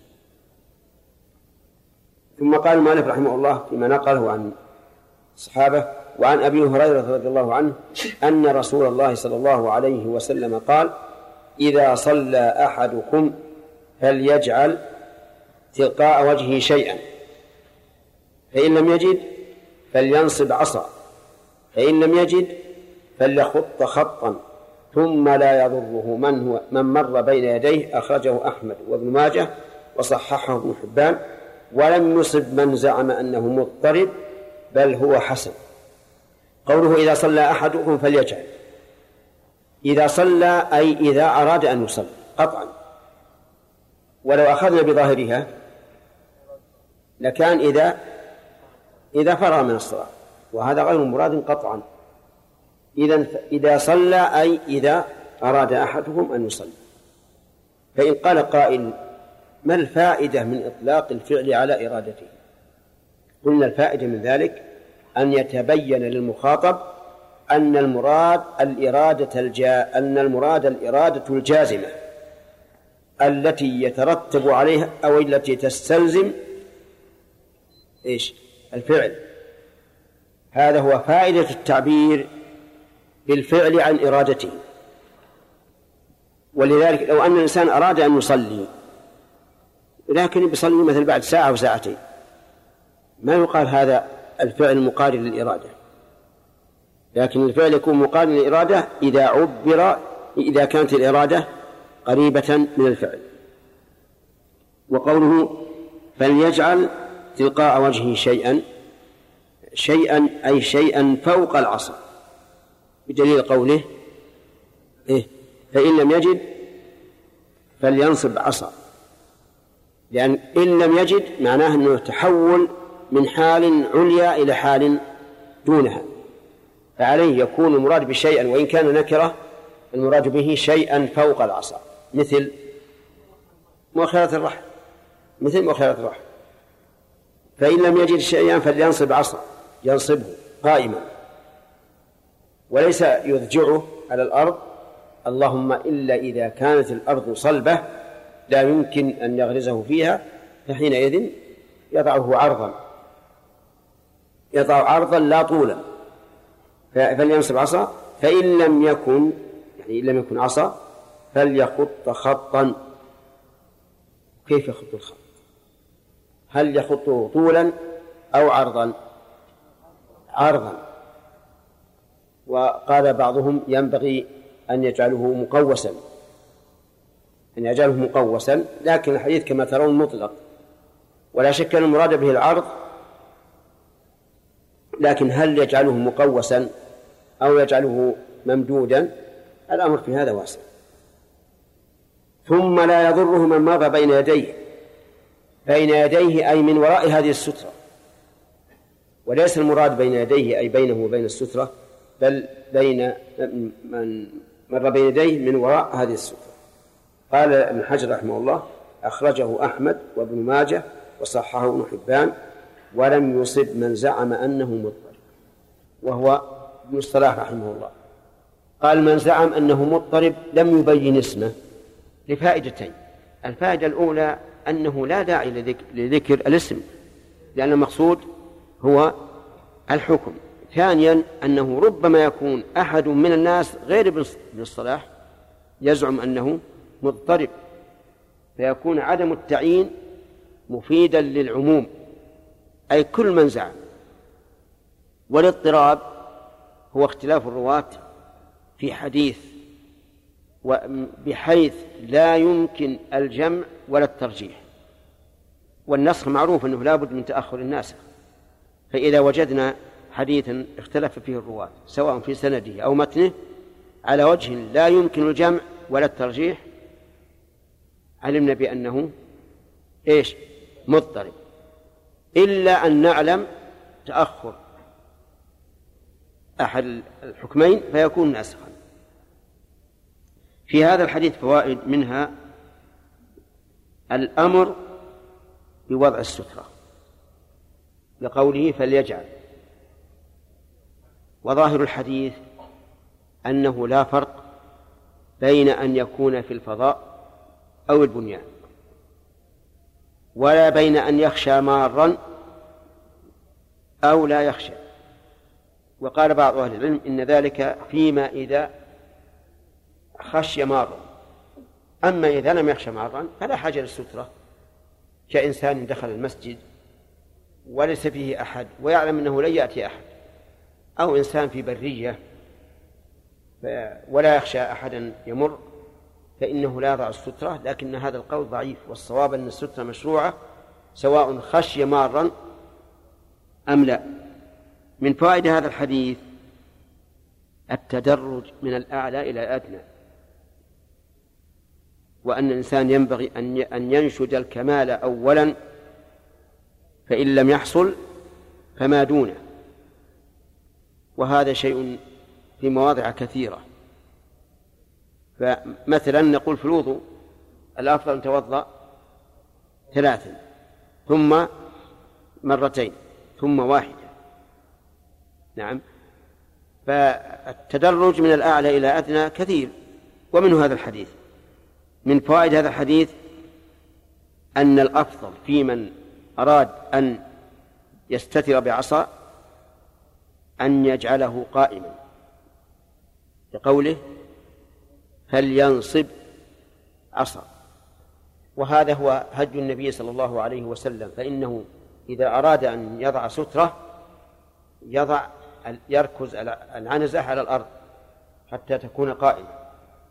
ثم قال المؤلف رحمه الله فيما نقله عن الصحابة: وعن أبي هريرة رضي الله عنه أن رسول الله صلى الله عليه وسلم قال: إذا صلى أحدكم فليجعل تلقاء وجهه شيئا، فإن لم يجد فلينصب عصا، فإن لم يجد فليخط خطا ثم لا يضره من مر بين يديه. أخرجه أحمد وابن ماجه وصححه ابن حبان. ولم يصب من زعم أنه مضطرب، بل هو حسن. قوله إذا صلى أحدكم فليجعل، إذا صلى أي إذا أراد أن يصلي قطعا. ولو أخذنا بظاهرها لكان إذا فرغ من الصلاة، وهذا غير مراد قطعا. إذا صلى أي إذا أراد أحدهم أن يصلي. فإن قال قائل: ما الفائدة من إطلاق الفعل على إرادته؟ قلنا الفائدة من ذلك أن يتبين للمخاطب أن المراد الإرادة الجازمة التي يترتب عليها أو التي تستلزم الفعل. هذا هو فائدة التعبير بالفعل عن إرادته. ولذلك لو أن الإنسان أراد أن يصلي لكن يصلي مثل بعد ساعة أو ساعتين، ما يقال هذا الفعل مقارن للإرادة، لكن الفعل يكون مقارن للإرادة إذا كانت الإرادة قريبة من الفعل. وقوله فليجعل تلقاء وجهه شيئا أي شيئا فوق العصا، بدليل قوله فإن لم يجد فلينصب عصا، لأن إن لم يجد معناه أنه تحول من حال عليا إلى حال دونها، فعليه يكون المراد بشيئا وإن كان نكرة المراد به شيئا فوق العصا، مثل مؤخرة الرحل. فإن لم يجد شيئا فلينصب عصا، ينصبه قائما وليس يضجعه على الأرض، اللهم إلا إذا كانت الأرض صلبة لا يمكن أن يغرزه فيها، فحينئذ يضعه عرضا لا طولا، فلينصب عصا. فإن لم يكن عصا فليخط خطا. كيف يخط الخط؟ هل يخطه طولا أو عرضا؟ وقال بعضهم ينبغي أن يجعله مقوسا، لكن الحديث كما ترون مطلق، ولا شك أن المراد به العرض، لكن هل يجعله مقوسا أو يجعله ممدودا؟ الأمر في هذا واسع. ثم لا يضره من مر بين يديه أي من وراء هذه السترة، وليس المراد بين يديه أي بينه وبين السترة، بل بين من مر بين يديه من وراء هذه السترة. قال ابن حجر رحمه الله: أخرجه أحمد وابن ماجه وصححه ابن حبان، ولم يصب من زعم أنه مضطرب، وهو ابن الصلاح رحمه الله. قال: من زعم أنه مضطرب لم يبين اسمه لفائدتين. الفائدة الأولى أنه لا داعي لذكر الاسم، لأن المقصود هو الحكم. ثانيا أنه ربما يكون أحد من الناس غير ابن الصلاح يزعم أنه مضطرب، فيكون عدم التعيين مفيدا للعموم، أي كل من زعم. والاضطراب هو اختلاف الرواة في حديث، بحيث لا يمكن الجمع ولا الترجيح، والنسخ معروف أنه لا بد من تأخر الناسخ. فإذا وجدنا حديثا اختلف فيه الرواة سواء في سنده أو متنه على وجه لا يمكن الجمع ولا الترجيح، علمنا بأنه إيش؟ مضطرب، إلا أن نعلم تأخر أحد الحكمين فيكون ناسخا. في هذا الحديث فوائد، منها الأمر بوضع السترة لقوله فليجعل، وظاهر الحديث أنه لا فرق بين أن يكون في الفضاء أو البنيان، ولا بين أن يخشى مارا أو لا يخشى. وقال بعض أهل العلم إن ذلك فيما إذا خشي مارا، أما إذا لم يخشى مارا فلا حاجة للسترة، كإنسان دخل المسجد وليس فيه أحد ويعلم أنه لن يأتي أحد، أو إنسان في برية ولا يخشى أحدا يمر، فإنه لا يضع السترة. لكن هذا القول ضعيف، والصواب أن السترة مشروعة سواء خشي مارا أم لا. من فوائد هذا الحديث التدرج من الأعلى إلى الأدنى، وأن الإنسان ينبغي أن ينشد الكمال أولا، فإن لم يحصل فما دونه، وهذا شيء في مواضع كثيرة. فمثلا نقول في الوضوء الأفضل أن توضأ 3 ثم 2 ثم 1. نعم، فالتدرج من الأعلى إلى أدنى كثير، ومنه هذا الحديث. من فوائد هذا الحديث أن الأفضل في من أراد أن يستتر بعصا أن يجعله قائما، لقوله فلينصب عصا، وهذا هو هدي النبي صلى الله عليه وسلم، فإنه إذا أراد أن يضع سترة يركز العنزة على الأرض حتى تكون قائمة.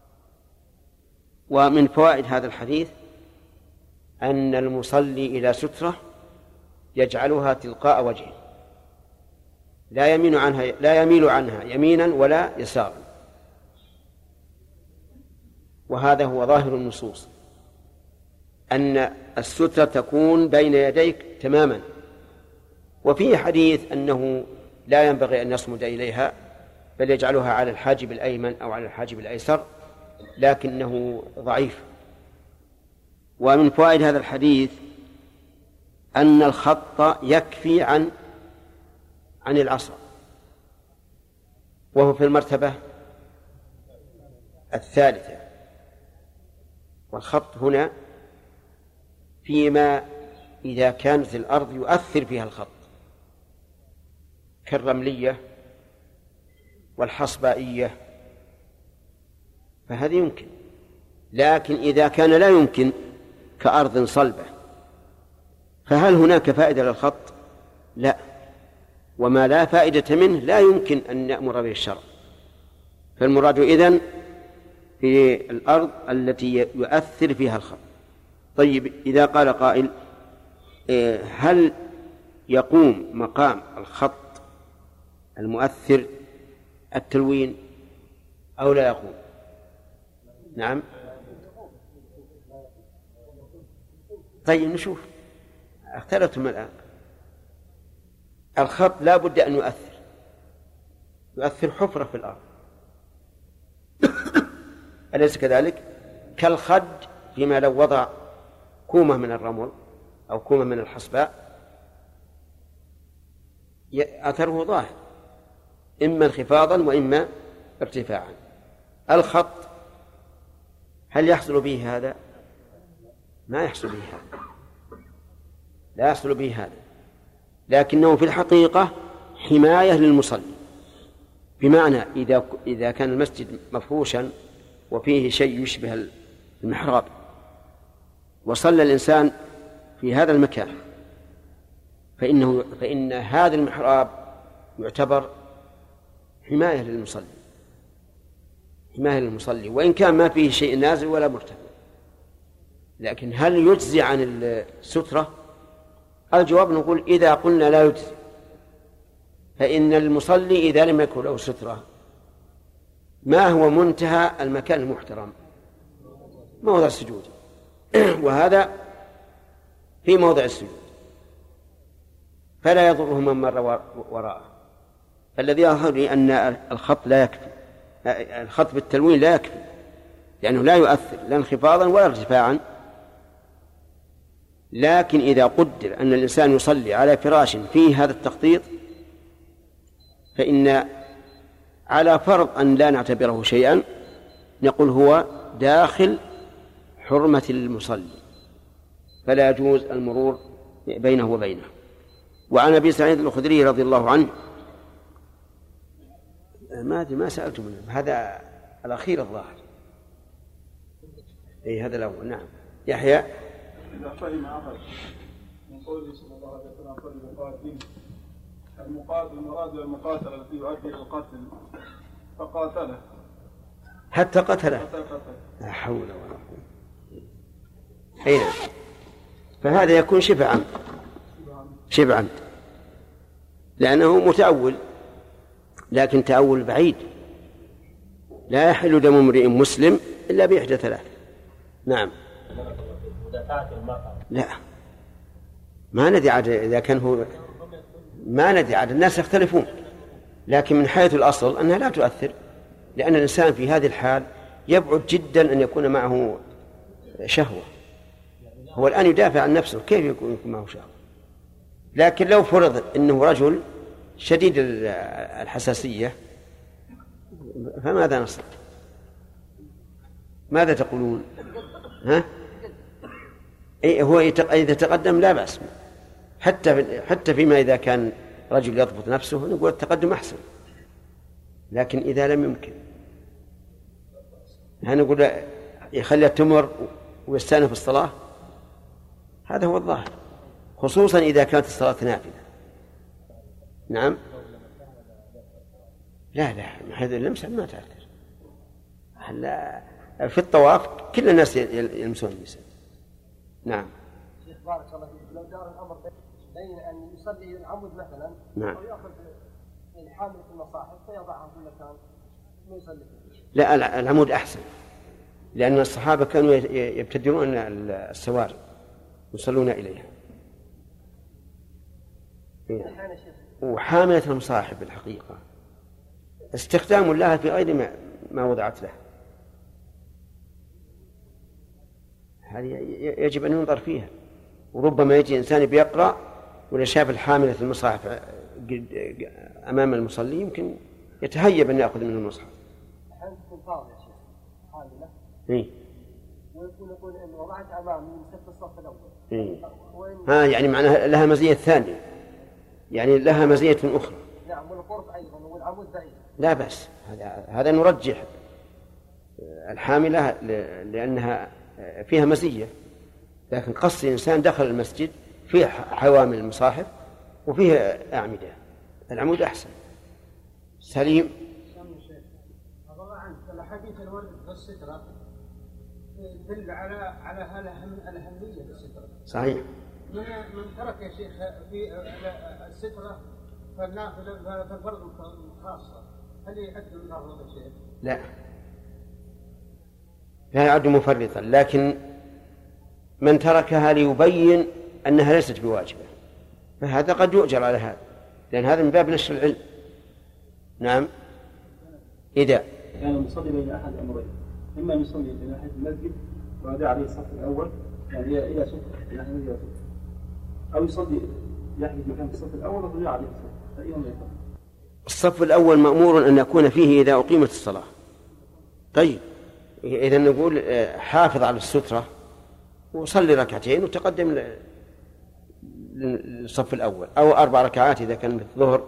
ومن فوائد هذا الحديث أن المصلي إلى سترة يجعلها تلقاء وجهه، لا يميل عنها يمينا ولا يسارا، وهذا هو ظاهر النصوص، أن السترة تكون بين يديك تماما. وفيه حديث أنه لا ينبغي أن يصمد إليها بل يجعلها على الحاجب الأيمن أو على الحاجب الأيسر، لكنه ضعيف. ومن فوائد هذا الحديث أن الخط يكفي عن العصا، وهو في المرتبة 3. والخط هنا فيما إذا كانت الأرض يؤثر فيها الخط كالرملية والحصبائية فهذا يمكن، لكن إذا كان لا يمكن كأرض صلبة فهل هناك فائدة للخط؟ لا، وما لا فائدة منه لا يمكن أن نأمر به الشرع. فالمراد إذن في الأرض التي يؤثر فيها الخط. طيب، إذا قال قائل هل يقوم مقام الخط المؤثر التلوين أو لا يقوم؟ نعم. طيب نشوف، اختلفتم الآن. الخط لا بد أن يؤثر حفرة في الأرض أليس كذلك؟ كالخد فيما لو وضع كومة من الرمل أو كومة من الحصباء أثره ظاهر، إما انخفاضا وإما ارتفاعا. الخط هل يحصل به هذا؟ ما يحصل به هذا، لا يحصل به هذا، لكنه في الحقيقة حماية للمصلي، بمعنى إذا كان المسجد مفروشا وفيه شيء يشبه المحراب وصلى الإنسان في هذا المكان فإن هذا المحراب يعتبر حماية للمصلي وإن كان ما فيه شيء نازل ولا مرتفع. لكن هل يجزي عن السترة؟ الجواب نقول إذا قلنا لا يجزي، فإن المصلي إذا لم يكن له سترة ما هو منتهى المكان المحترم؟ موضع السجود، وهذا في موضع السجود، فلا يضره من مر وراءه. الذي يظهر لي أن الخط لا يكفي، الخط بالتلوين لا يكفي، لأنه لا يؤثر لا انخفاضا ولا ارتفاعا. لكن إذا قدر أن الإنسان يصلي على فراش فيه هذا التخطيط، فإن على فرض أن لا نعتبره شيئا نقول هو داخل حرمة المصلي، فلا يجوز المرور بينه وبينه. وعن أبي سعيد الخدري رضي الله عنه، ما سألت منه، هذا الأخير الظاهر، أي هذا الأول. نعم. يحيى إذا فهم أحد من قوله صلى الله عليه وسلم فليقاتل، المراد المقاتل التي يؤدي إلى القتل، فقاتله حتى قتله، لا حول ولا قوة. أين فهذا يكون شبه عمد لأنه متأول، لكن تأول بعيد. لا يحل دم امرئ مسلم إلا بإحدى ثلاث. نعم. لا ما ندري عاد إذا كان هو، ما ندري عاد، الناس يختلفون، لكن من حيث الأصل أنها لا تؤثر، لأن الإنسان في هذه الحال يبعد جدا أن يكون معه شهوة. هو الآن يدافع عن نفسه، كيف يكون معه شهوة؟ لكن لو فرض أنه رجل شديد الحساسية فماذا نصنع؟ ماذا تقولون؟ ها؟ هو إذا تقدم لا بأس، حتى فيما إذا كان رجل يضبط نفسه نقول التقدم أحسن، لكن إذا لم يمكن نقول يخلي التمر ويستأنف الصلاة. هذا هو الظاهر، خصوصا إذا كانت الصلاة نافلة. نعم. لا هذا اللمس ما تأثر. في الطواف كل الناس يلمسون النساء. نعم. شيخ بارك الله فيك، لو دار الأمر بين أن يصلي العمود مثلا، نعم، أو يأخذ الحامل في المصاحف فيضعها في مكان ما يصلي فيه. لا العمود أحسن، لأن الصحابة كانوا يبتدرون السواري يصلون إليها. وحاملة المصاحف الحقيقة استخدام لها في غير ما وضعت له، هذه يجب أن ينظر فيها. وربما يجي إنسان بيقرأ ولا شاف الحاملة المصاحف أمام المصلي يمكن يتهيب أن يأخذ منه المصحف. أحيانا تكون فاضية يا شيخ حاملة، ويقول إن وضعت أمامي من الصف الأول. يعني معناها لها مزية ثانية، يعني لها مزية أخرى. نعم، والقرب أيضا والعمود بعيد. لا بأس، هذا نرجح الحاملة لأنها فيها مزية، لكن قصد الإنسان دخل المسجد فيه حوامل المصاحف وفيه أعمدة، العمود أحسن. سليم. الله عنك، الحديث الورد بالسترة يدل على الأهمية بالسترة. صحيح. من ترك يا شيخ في السترة فالنافلة فالفرض خاصة، هل يعد النافلة يا شيخ؟ لا يعد مفرطا، لكن من تركها ليبين أنها ليست بواجبة فهذا قد يؤجر على هذا، لأن هذا من باب نشر العلم. نعم. إذا كان المصلي بين أحد أمرين، إما يصلي بين أحد المسجد ويدع عليه الصف الأول يعني إلى سفر أو يصلي يحجز مكان في الصف الأول ويدع عليه الصف، فأيهم يفعل؟ الصف الأول مأمور أن يكون فيه إذا أقيمت الصلاة. طيب إذا نقول حافظ على السترة وصلي ركعتين وتقدم للصف الأول، أو 4 ركعات إذا كان الظهر.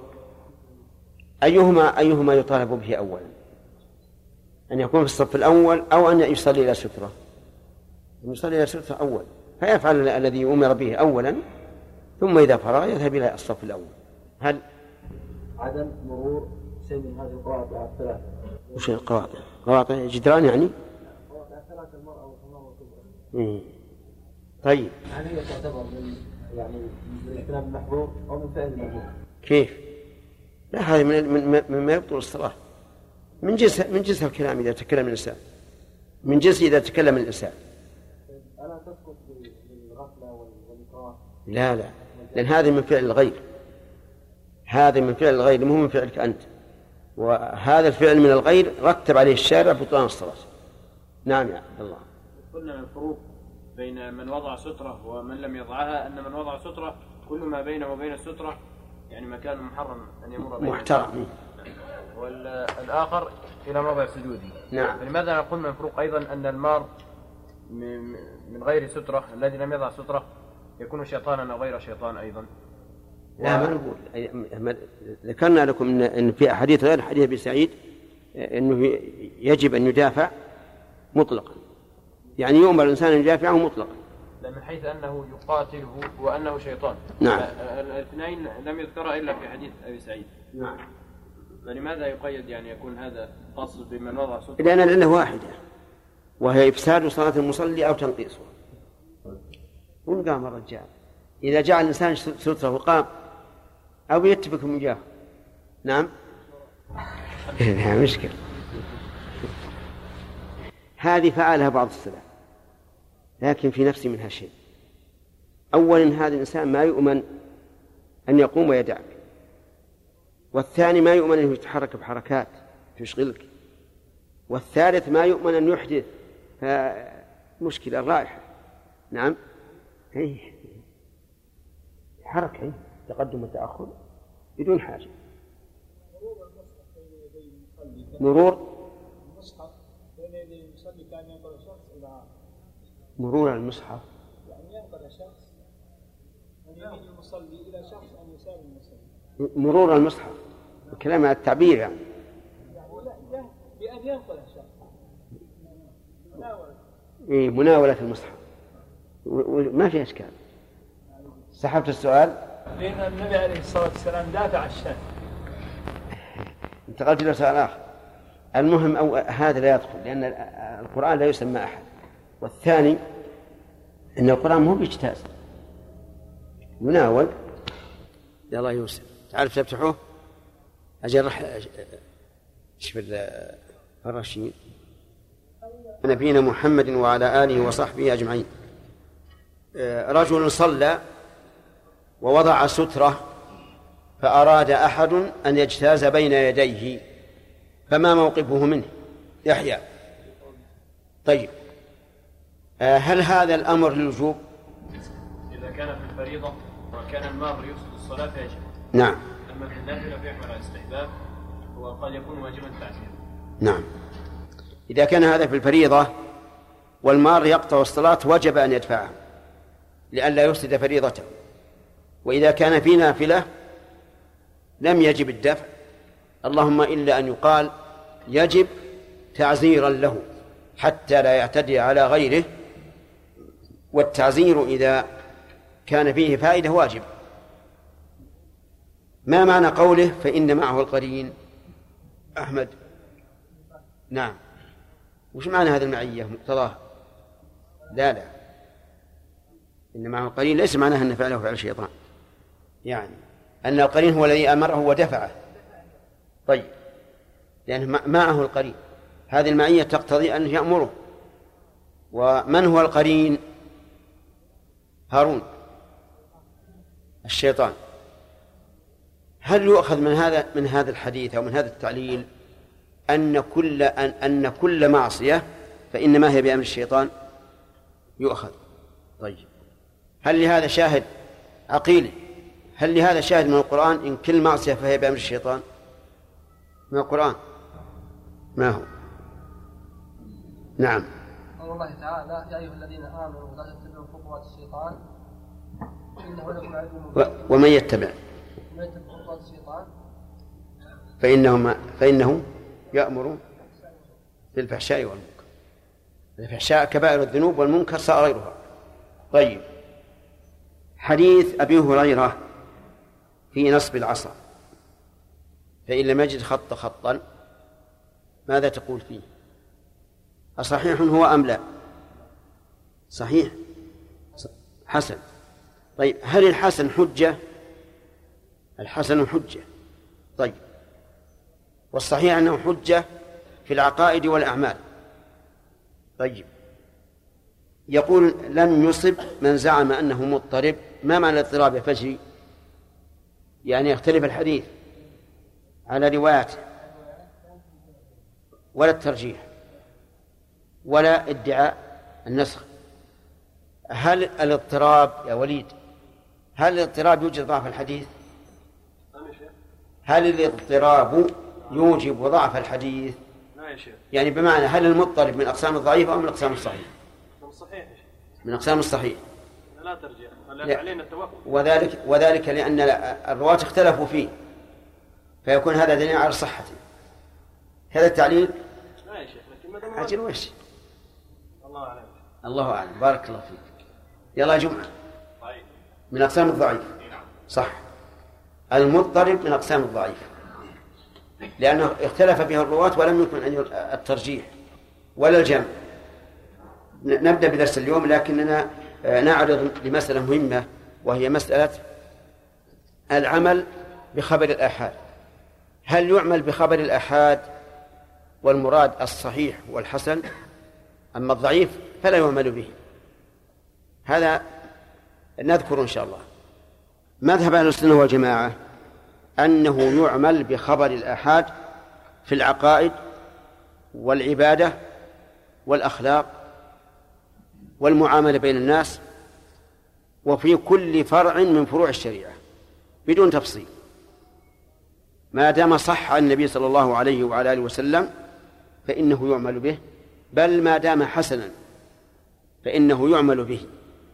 أيهما يطالب به أولا، أن يكون في الصف الأول أو أن يصلي إلى سترة؟ يصلي إلى سترة أول، فيفعل الذي أمر به أولا، ثم إذا فرغ يذهب إلى الصف الأول. هل عدم مرور شيء من هذه القواطع الثلاثة؟ وش القواطع؟ قواطع جدران يعني؟ قواطع ثلاثة، المرأة والحمار والكبرى. طيب هل هي تعتبر من الاجتناب المحظور أو من فعل المحظور؟ كيف؟ لا، هذا مما يبطل الصلاة، من جنس الكلام إذا تكلم الإنسان، من جنس إذا تكلم الإنسان. ألا تصح لا لا، لأن هذا من فعل الغير، هذا من فعل الغير مو من فعلك أنت، وهذا الفعل من الغير رتب عليه الشارع بطلان الصلاة. نعم يا عبد الله. قلنا الفروق بين من وضع سترة ومن لم يضعها أن من وضع سترة كل ما بينه وبين السترة يعني مكان محرم أن يمر بينه محترم، والآخر إلى موضع سجوده. نعم. فلماذا نقول من الفروق أيضا أن المار من غير سترة الذي لم يضع سترة يكون شيطانا أو غير شيطان أيضا؟ لا ما نقول، ذكرنا لكم أن في أحاديث غير حديث أبي سعيد أنه يجب أن يدافع مطلقا، يعني يؤمر الإنسان أن يدافعه مطلقا، من حيث أنه يقاتله وأنه شيطان. نعم. الاثنين لم يذكر إلا في حديث أبي سعيد. نعم. فلماذا يقيد يعني يكون هذا خاص بمن وضع سترة؟ لأن العلة واحدة وهي إفساد صلاة المصلي أو تنقيصها. ونقام الرجال إذا جعل الإنسان سترة وقام أو يتبك من جهه. نعم. لا مشكلة، هذه فعلها بعض السلف لكن في نفسي منها شيء. أولا هذا الإنسان ما يؤمن أن يقوم ويدعك، والثاني ما يؤمن أن يتحرك بحركات تشغلك، والثالث ما يؤمن أن يحدث مشكلة الرائحة. نعم. هي حركة تقدم وتأخر بدون حاجة. مرور المصحف بين يدي المصلي كان ينقل شخص إلى آخر. مرور المصحف يعني ينقل شخص من يمين المصلي إلى شخص عن يسار المصلي. مرور المصحف الكلام على التعبير يعني لا بأن ينقل شخص مناولة المصحف وما في أشكال. سحبت السؤال لأن النبي عليه الصلاة والسلام دافع الشاة. انتقلت إلى سؤال آخر. المهم أو هذا لا يدخل لأن القرآن لا يسمى أحد، والثاني أن القرآن مو باجتاز مناول. يا الله يوسف تعرف تفتحوه أجرح شوف الرشيد. نبينا محمد وعلى آله وصحبه أجمعين. رجل صلى ووضع سترة فأراد أحد أن يجتاز بين يديه، فما موقفه منه؟ يحيى. طيب هل هذا الأمر للوجوب؟ إذا كان في الفريضة وكان المار يفسد الصلاة فيجب. نعم. أما في النافلة فيحمل على الاستحباب وقد يكون واجبا تعزيرا. نعم. إذا كان هذا في الفريضة والمار يقطع الصلاة وجب أن يدفعه لئلا يفسد فريضته، وإذا كان في نافلة لم يجب الدفع، اللهم إلا أن يقال يجب تعزيرا له حتى لا يعتدي على غيره، والتعزير إذا كان فيه فائدة واجب. ما معنى قوله فإن معه القرين؟ أحمد. نعم. وش معنى هذه المعية مقتضاها؟ لا إن معه القرين ليس معناها أن فعله فعل الشيطان، يعني أن القرين هو الذي أمره ودفعه. طيب لأن معه القرين هذه المعية تقتضي أن يأمره. ومن هو القرين؟ هارون الشيطان. هل يؤخذ من هذا الحديث أو من هذا التعليل أن كل معصية فإنما هي بأمر الشيطان؟ يؤخذ. طيب هل لهذا شاهد عقيل؟ هل لهذا شاهد من القرآن إن كل معصية فهي بأمر الشيطان؟ من القرآن ما هو؟ نعم. قول الله تعالى يا أيها الذين آمنوا لا تتبعوا خطوات الشيطان إنه لكم عدو. ومن يتبع خطوات الشيطان فإنه يأمر بالفحشاء والمنكر. الفحشاء كبائر الذنوب والمنكر صار غيرها. طيب حديث أبي هريرة في نصب العصا فإن لم يجد خطا ماذا تقول فيه؟ أصحيح هو أم لا؟ صحيح حسن. طيب هل الحسن حجة؟ الحسن حجة. طيب والصحيح أنه حجة في العقائد والأعمال. طيب يقول لم يصب من زعم أنه مضطرب ما معنى الاضطراب يا فجري؟ يعني يختلف الحديث على رواياته، ولا الترجيح ولا ادعاء النسخ. هل الاضطراب يا وليد، هل الاضطراب يوجب ضعف الحديث؟ هل الاضطراب يوجب ضعف الحديث؟ يعني بمعنى هل المضطرب من أقسام الضعيف أو من أقسام الصحيح؟ من أقسام الصحيح. لا ترجع ولا علينا التوقف. وذلك لأن الرواة اختلفوا فيه، فيكون هذا دليل على صحته. هذا التعليل لا يا شيخ، لكن أجل وش؟ الله أعلم. الله أعلم. بارك الله فيك. يلا يا جمعة. من أقسام الضعيف صح، المضطرب من أقسام الضعيف لأنه اختلف فيه الرواة ولم يكن أن الترجيح ولا الجمع. نبدأ بدرس اليوم، لكننا نعرض لمسألة مهمة، وهي مسألة العمل بخبر الآحاد. هل يعمل بخبر الآحاد والمراد الصحيح والحسن، أما الضعيف فلا يعمل به؟ هذا نذكر إن شاء الله. مذهب أهل السنة والجماعة أنه يعمل بخبر الآحاد في العقائد والعبادة والأخلاق والمعاملة بين الناس، وفي كل فرع من فروع الشريعة بدون تفصيل، ما دام صح عن النبي صلى الله عليه وعلى آله وسلم فإنه يعمل به، بل ما دام حسنا فإنه يعمل به.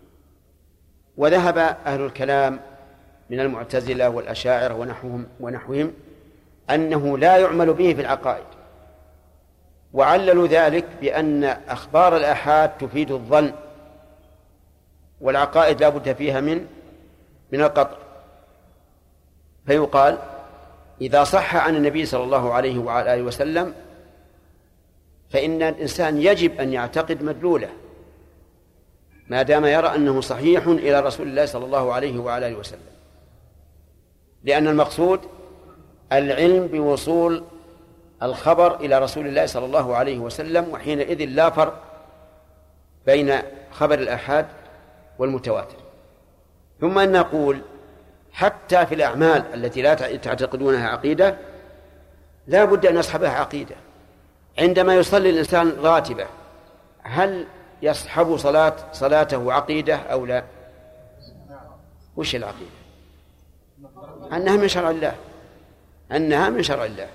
وذهب أهل الكلام من المعتزلة والأشاعرة ونحوهم أنه لا يعمل به في العقائد، وعللوا ذلك بأن أخبار الآحاد تفيد الظن، والعقائد لا بد فيها من القطع. فيقال إذا صح عن النبي صلى الله عليه وعلى آله وسلم فإن الإنسان يجب أن يعتقد مدلوله ما دام يرى أنه صحيح إلى رسول الله صلى الله عليه وعلى آله وسلم، لأن المقصود العلم بوصول الخبر إلى رسول الله صلى الله عليه وسلم، وحينئذ لا فرق بين خبر الآحاد والمتواتر. ثم أن نقول حتى في الأعمال التي لا تعتقدونها عقيدة لا بد أن يصحبها عقيدة. عندما يصلي الإنسان راتبة هل يصحب صلاته عقيدة أو لا؟ وش العقيدة؟ أنها من شرع الله، أنها من شرع الله.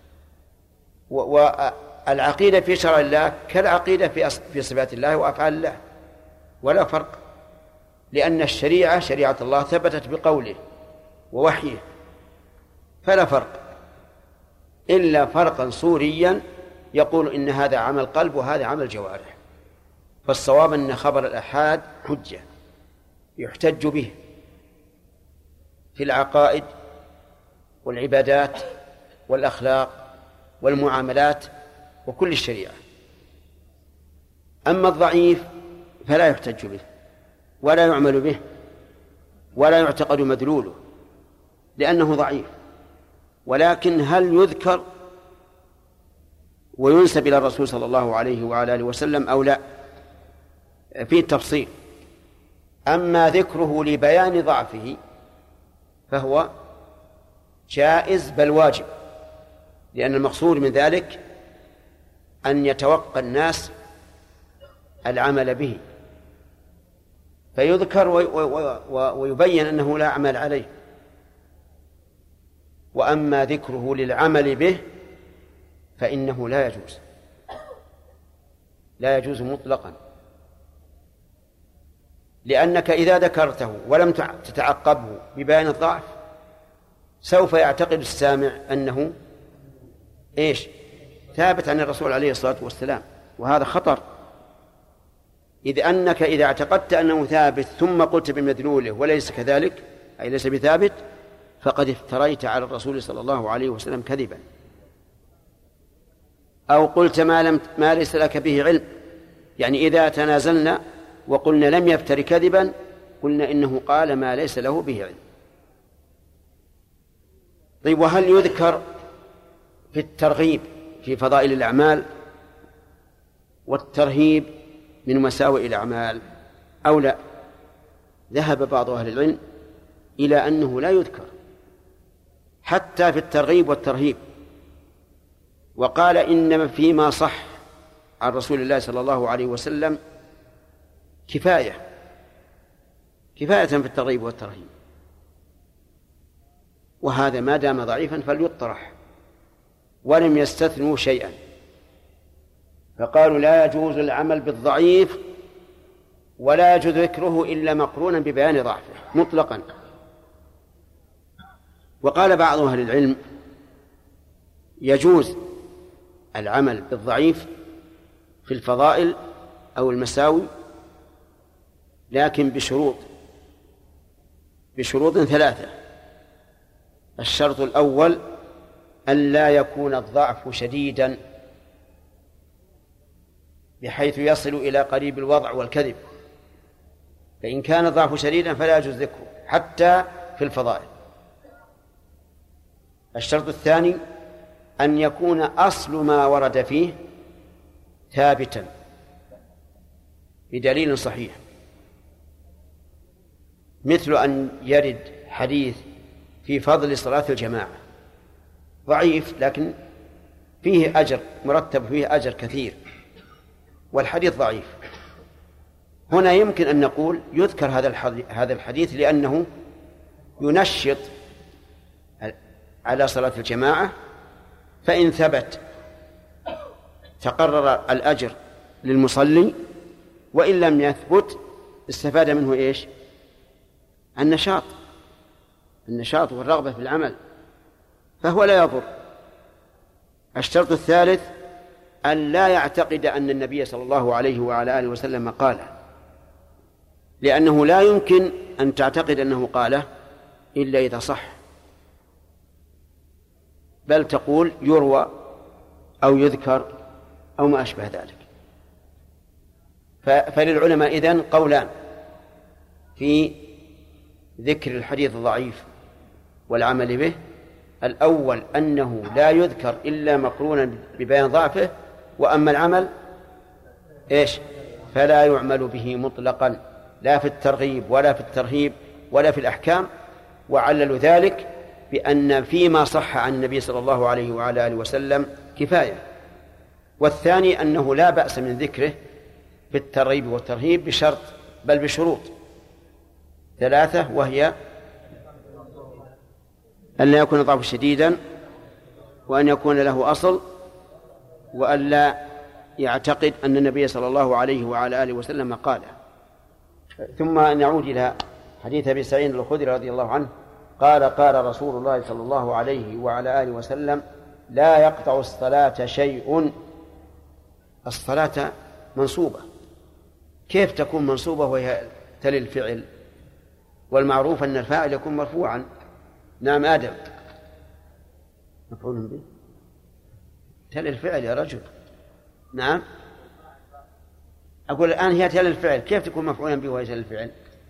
والعقيدة في شرع الله كالعقيدة في صفات الله وأفعال الله، ولا فرق، لأن الشريعة شريعة الله ثبتت بقوله ووحيه، فلا فرق إلا فرقا صوريا يقول إن هذا عمل قلب وهذا عمل جوارح. فالصواب أن خبر الآحاد حجة يحتج به في العقائد والعبادات والأخلاق والمعاملات وكل الشريعة. أما الضعيف فلا يحتج به ولا يعمل به ولا يعتقد مدلوله لأنه ضعيف. ولكن هل يذكر وينسب إلى الرسول صلى الله عليه وعلى آله وسلم أو لا؟ فيه تفصيل. أما ذكره لبيان ضعفه فهو جائز بل واجب، لأن المقصود من ذلك أن يتوقى الناس العمل به، فيذكر ويبين أنه لا عمل عليه. وأما ذكره للعمل به فإنه لا يجوز مطلقا، لأنك إذا ذكرته ولم تتعقبه ببيان الضعف سوف يعتقد السامع أنه ثابت عن الرسول عليه الصلاة والسلام، وهذا خطر. إذ أنك إذا اعتقدت أنه ثابت ثم قلت بمدلوله وليس كذلك، أي ليس بثابت، فقد افتريت على الرسول صلى الله عليه وسلم كذبا، أو قلت ما ليس لك به علم. يعني إذا تنازلنا وقلنا لم يفتر كذبا قلنا إنه قال ما ليس له به علم. طيب، وهل يذكر في الترغيب في فضائل الأعمال والترهيب من مساوئ الأعمال أو لا؟ ذهب بعض أهل العلم إلى أنه لا يذكر حتى في الترغيب والترهيب، وقال إنما فيما صح عن رسول الله صلى الله عليه وسلم كفاية في الترغيب والترهيب، وهذا ما دام ضعيفا فليطرح، ولم يستثنوا شيئا، فقالوا لا يجوز العمل بالضعيف ولا يجوز ذكره إلا مقرونا ببيان ضعفه مطلقا. وقال بعض أهل العلم يجوز العمل بالضعيف في الفضائل أو المساوي، لكن بشروط 3. الشرط الأول أن لا يكون الضعف شديدا بحيث يصل إلى قريب الوضع والكذب، فإن كان الضعف شديدا فلا يجوز ذكره حتى في الفضائل. الشرط الثاني أن يكون أصل ما ورد فيه ثابتا بدليل صحيح، مثل أن يرد حديث في فضل صلاة الجماعة ضعيف لكن فيه أجر مرتب، فيه أجر كثير، والحديث ضعيف. هنا يمكن أن نقول يذكر هذا الحديث لأنه ينشط على صلاة الجماعة، فإن ثبت تقرر الأجر للمصلي، وإن لم يثبت استفاد منه إيش؟ النشاط والرغبة في العمل، فهو لا يضر. الشرط الثالث أن لا يعتقد أن النبي صلى الله عليه وعلى آله وسلم قاله، لأنه لا يمكن أن تعتقد أنه قاله إلا إذا صح، بل تقول يروى أو يذكر أو ما أشبه ذلك. فللعلماء إذن قولان في ذكر الحديث الضعيف والعمل به: الأول أنه لا يذكر إلا مقرونا ببيان ضعفه، وأما العمل فلا يعمل به مطلقا، لا في الترغيب ولا في الترهيب ولا في الأحكام، وعللوا ذلك بأن فيما صح عن النبي صلى الله عليه وعلى آله وسلم كفاية. والثاني أنه لا بأس من ذكره في الترغيب والترهيب بشرط، بل بشروط 3، وهي أن لا يكون ضعف شديدا، وأن يكون له أصل، وأن لا يعتقد أن النبي صلى الله عليه وعلى آله وسلم قاله. ثم نعود إلى حديث أبي سعيد الخدري رضي الله عنه قال: قال رسول الله صلى الله عليه وعلى آله وسلم: لا يقطع الصلاة شيء. الصلاة منصوبة، كيف تكون منصوبة وهي تلي الفعل؟ والمعروف أن الفاعل يكون مرفوعا. نعم آدم، مفعول به، تلي الفعل يا رجل. نعم، أقول الآن هي تلي الفعل، كيف تكون مفعولا به وهي تلي الفعل؟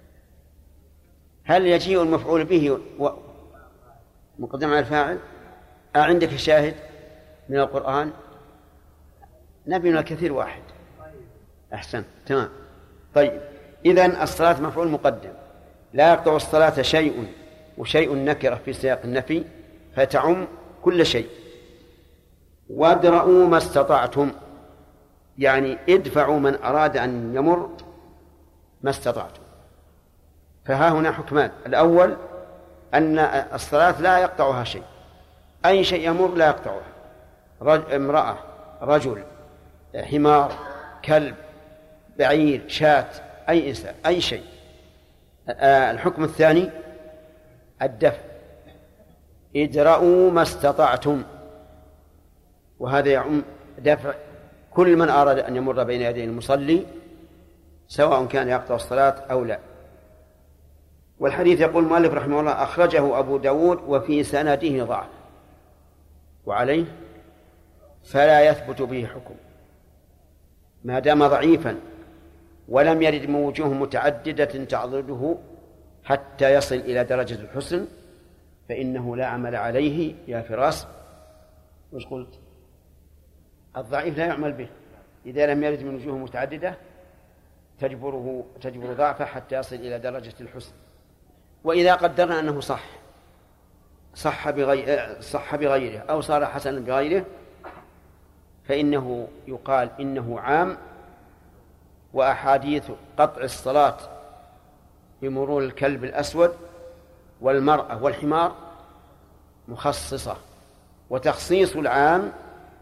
هل يجيء المفعول به مقدم على الفاعل؟ عندك الشاهد من القرآن؟ نبي من الكثير واحد. أحسن، تمام. طيب، إذن الصلاة مفعول مقدم. لا يقطع الصلاة شيء، وشيء نكرة في سياق النفي فتعم كل شيء. وادرؤوا ما استطعتم، يعني ادفعوا من أراد أن يمر ما استطعتم. فها هنا حكمان: الأول أن الصلاة لا يقطعها شيء، أي شيء يمر لا يقطعها، امرأة، رجل، حمار، كلب، بعير، شاة، أي إنسان، أي شيء. الحكم الثاني الدفع: ادرؤوا ما استطعتم، وهذا يعم دفع كل من أراد أن يمر بين يدي المصلي سواء كان يقطع الصلاة أو لا. والحديث يقول المؤلف رحمه الله: أخرجه أبو داود وفي سنده ضعف، وعليه فلا يثبت به حكم ما دام ضعيفا ولم يرد من وجوه متعددة تعضده حتى يصل إلى درجة الحسن، فإنه لا عمل عليه. يا فراس، وش قلت؟ الضعيف لا يعمل به إذا لم يرد من وجوه متعددة. تجبر ضعفه حتى يصل إلى درجة الحسن. وإذا قدرنا أنه صح بغيره أو صار حسنا بغيره فإنه يقال إنه عام، وأحاديث قطع الصلاة بمرور الكلب الأسود والمرأة والحمار مخصصة، وتخصيص العام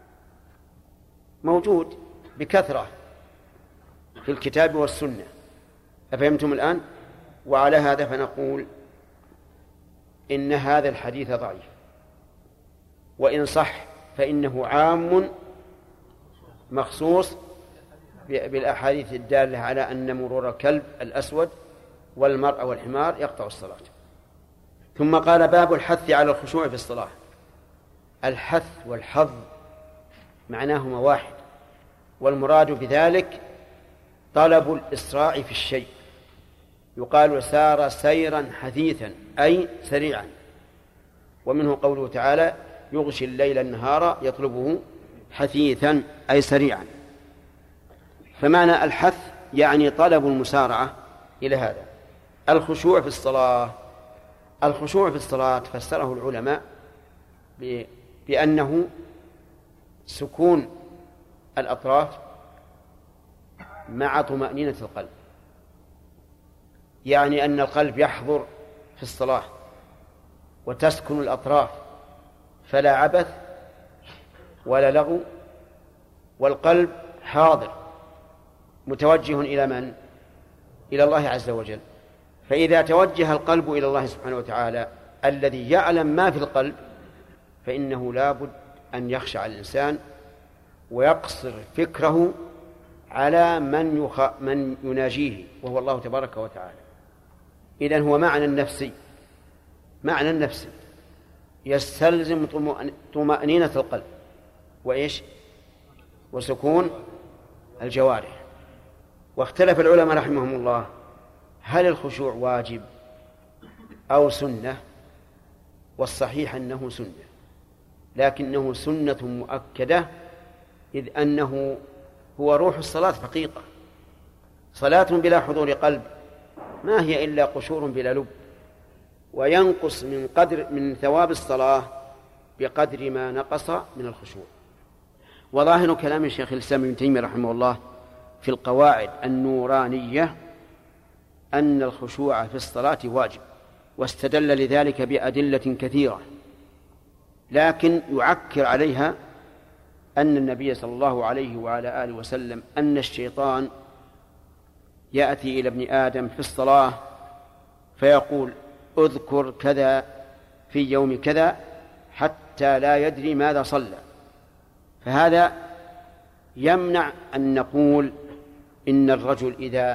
موجود بكثرة في الكتاب والسنة. أفهمتم الآن؟ وعلى هذا فنقول إن هذا الحديث ضعيف، وإن صح فإنه عام مخصوص بالأحاديث الدالة على أن مرور الكلب الأسود والمرأة والحمار يقطع الصلاة. ثم قال باب الحث على الخشوع في الصلاة. الحث والحظ معناهما واحد، والمراد بذلك طلب الإسراع في الشيء. يقال سار سيرا حثيثا أي سريعا. ومنه قوله تعالى يغشي الليل النهار يطلبه حثيثا أي سريعا. فمعنى الحث يعني طلب المسارعة إلى هذا. الخشوع في الصلاة فسره العلماء بأنه سكون الأطراف مع طمأنينة القلب، يعني أن القلب يحضر في الصلاة وتسكن الأطراف، فلا عبث ولا لغو، والقلب حاضر متوجه إلى من؟ إلى الله عز وجل. فإذا توجه القلب إلى الله سبحانه وتعالى الذي يعلم ما في القلب فإنه لا بد أن يخشع الإنسان ويقصر فكره على من يناجيه وهو الله تبارك وتعالى. إذن هو معنى النفسي يستلزم طمأنينة القلب وإيش؟ وسكون الجوارح. واختلف العلماء رحمهم الله هل الخشوع واجب أو سنة؟ والصحيح أنه سنة، لكنه سنة مؤكدة، إذ أنه هو روح الصلاة حقيقة. صلاة بلا حضور قلب ما هي إلا قشور بلا لب، وينقص من ثواب الصلاة بقدر ما نقص من الخشوع. وظاهر كلام الشيخ الإسلام ابن تيمية رحمه الله في القواعد النورانية أن الخشوع في الصلاة واجب، واستدل لذلك بأدلة كثيرة، لكن يعكر عليها أن النبي صلى الله عليه وعلى آله وسلم أن الشيطان يأتي إلى ابن آدم في الصلاة فيقول اذكر كذا في يوم كذا حتى لا يدري ماذا صلى. فهذا يمنع أن نقول إن الرجل إذا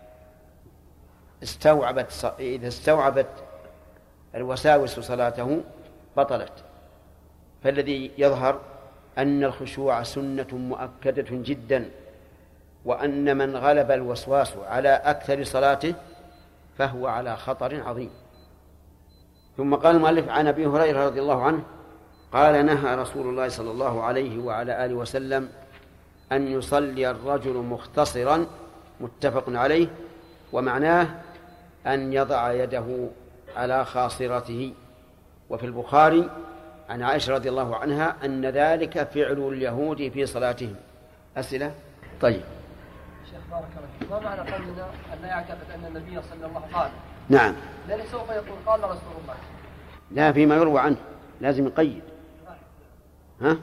استوعبت الوساوس صلاته بطلت. فالذي يظهر أن الخشوع سنة مؤكدة جدا، وأن من غلب الوسواس على أكثر صلاته فهو على خطر عظيم. ثم قال المؤلف عن أبي هريرة رضي الله عنه قال نهى رسول الله صلى الله عليه وعلى آله وسلم أن يصلي الرجل مختصرا، متفق عليه، ومعناه أن يضع يده على خاصرته. وفي البخاري عن عائشة رضي الله عنها أن ذلك فعل اليهود في صلاتهم. أسئلة؟ طيب. شيخ بارك الله فيك، ما معنى قولنا أن لا يعتقد أن النبي صلى الله عليه وسلم قال؟ نعم. لأنه سوف يقول قال رسول الله. لا، فيما يروى عنه لازم يقيد. ها؟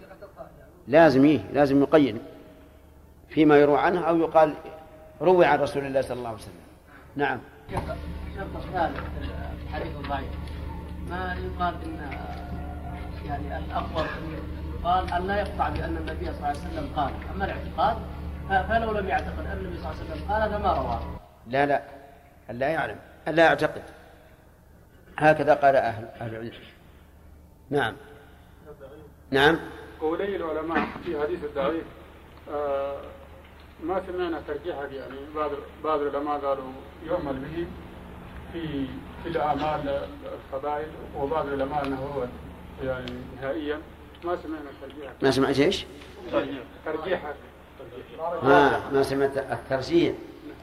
لازم يقيد فيما يروى عنه، أو يقال روي عن رسول الله صلى الله عليه وسلم. نعم. شرط الثالث الحديث الضعيف ما يقال إن يعني الأقوى قال أن لا يقطع بأن النبي صلى الله عليه وسلم قال، أما الاعتقاد فلو لم يعتقد أن النبي صلى الله عليه وسلم قال فما رواه. لا لا يعلم، لا يعتقد، هكذا قال أهل العلم. نعم. قولي العلماء في حديث الضعيف ما سمعنا ترجيحا، يعني بعض العلماء قالوا يعمل به في الأعمال الفضائل، وبعض العلماء أنه هو يعني نهائيا ما سمعنا ترجيحا. ما سمعت ايش؟ ترجيحا. ما سمعت الترجيح.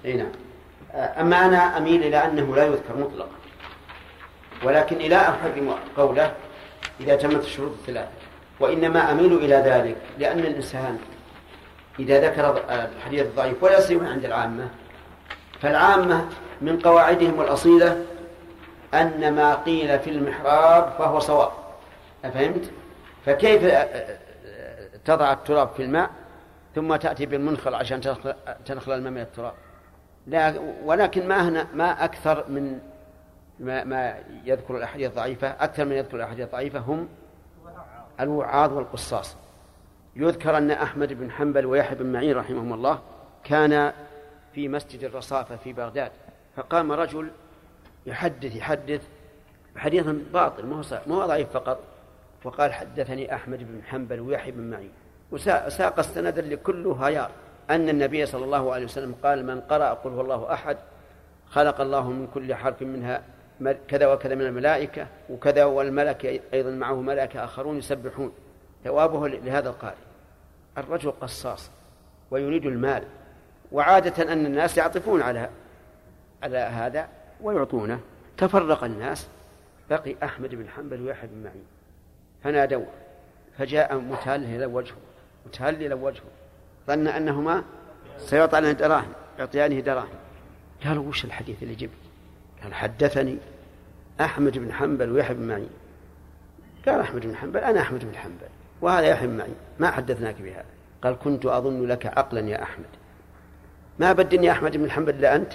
أي نعم. أما أنا أميل إلى أنه لا يذكر مطلقا، ولكن لا أحرم قوله إذا تمت الشروط الثلاثة، وإنما أميل إلى ذلك لأن الإنسان إذا ذكر الحديث الضعيف ولا سيما عند العامة، فالعامة من قواعدهم الأصيلة أن ما قيل في المحراب فهو صواب. أفهمت؟ فكيف تضع التراب في الماء ثم تأتي بالمنخل عشان تنخل الماء من التراب؟ لا، ولكن ما أكثر من ما يذكر الأحاديث الضعيفة، أكثر من يذكر الأحاديث الضعيفة هم الوعاظ والقصاص. يذكر أن أحمد بن حنبل ويحيى بن معين رحمهم الله كان في مسجد الرصافة في بغداد، فقام رجل يحدث حديثا باطل ما هو ضعيف فقط، وقال حدثني أحمد بن حنبل ويحيى بن معين، وساق استندا لكل هيار أن النبي صلى الله عليه وسلم قال من قرأ قل هو الله أحد خلق الله من كل حرف منها كذا وكذا من الملائكة وكذا، والملك أيضا معه ملائكة آخرون يسبحون. جوابه لهذا القارئ الرجل قصاص ويريد المال، وعادة أن الناس يعطفون على هذا ويعطونه. تفرق الناس، بقي أحمد بن حنبل ويحيى بن معين، فنادوه فجاء متهلل وجهه ظن أنهما سيعطيانه دراهم. قالوا وش الحديث اللي جبت؟ قال حدثني أحمد بن حنبل ويحيى بن معين. قال أحمد بن حنبل أنا أحمد بن حنبل وهذا يحيى بن معين، ما حدثناك بهذا. قال كنت أظن لك عقلا يا أحمد، ما بدني أحمد بن حنبل إلا أنت.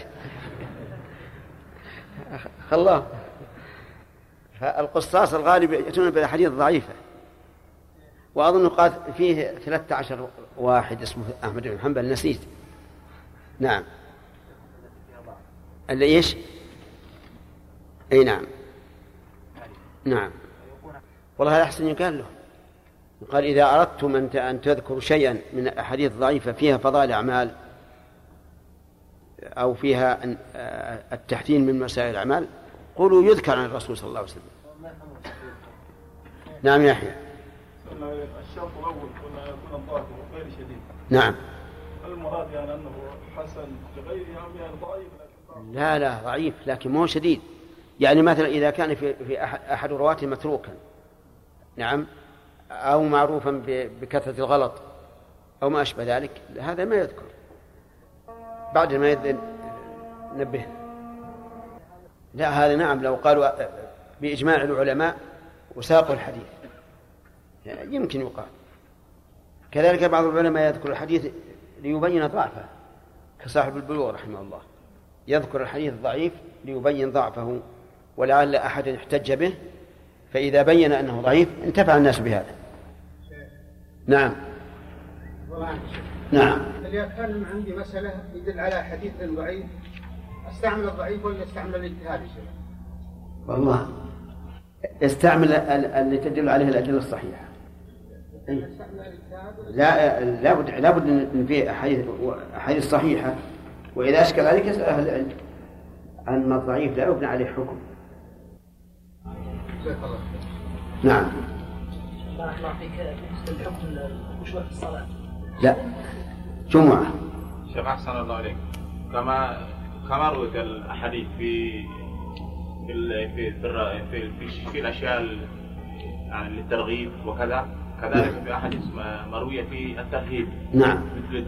الله، فالقصاص الغالب يأتون بالأحاديث الضعيفة، وأظن قال فيه 13 واحد اسمه أحمد بن حنبل نسيت. نعم اللي إيش؟ أي نعم والله هذا أحسن يقال له، قال إذا أردتم أن تذكروا شيئا من أحاديث ضعيفة فيها فضائل أعمال أو فيها التحسين من مسائل الأعمال قولوا يذكر عن الرسول صلى الله عليه وسلم. نعم يحيى. الشرط الأول قلنا يكون الضعف غير شديد. نعم. المراد يعني أنه حسن لغيره أم يعني ضعيف؟ لا ضعيف لكن مو شديد. يعني مثلا إذا كان في أحد رواته متروكا، نعم، أو معروفا بكثرة الغلط أو ما أشبه ذلك، هذا ما يذكر بعد ما يذن نبه. لا هذا نعم لو قالوا بإجماع العلماء وساقوا الحديث يمكن يقال. كذلك بعض العلماء يذكر الحديث ليبين ضعفه، كصاحب البلوغ رحمه الله يذكر الحديث الضعيف ليبين ضعفه، ولعل أحد احتج به، فإذا بين أنه ضعيف انتفع الناس بهذا. نعم. اللي أتكلم عندي مسألة يدل على حديث ضعيف، استعمل الضعيف ولا استعمل الاجتهاد؟ والله استعمل اللي تدل عليه الأدلة الصحيحة. لا بد أن في أحاديث صحيحة، وإذا أشكل عليك يسأل أهل العلم عن الضعيف لا يبنى عليه حكم. نعم. بارك الله فيك. بالنسبة لحكم الخشوع في الصلاة. لا جمعة. شيخ أحسن الله عليك، كما رويت الأحاديث في الأشياء يعني للترغيب وكذا، كذلك في أحاديث مروية في الترهيب. نعم.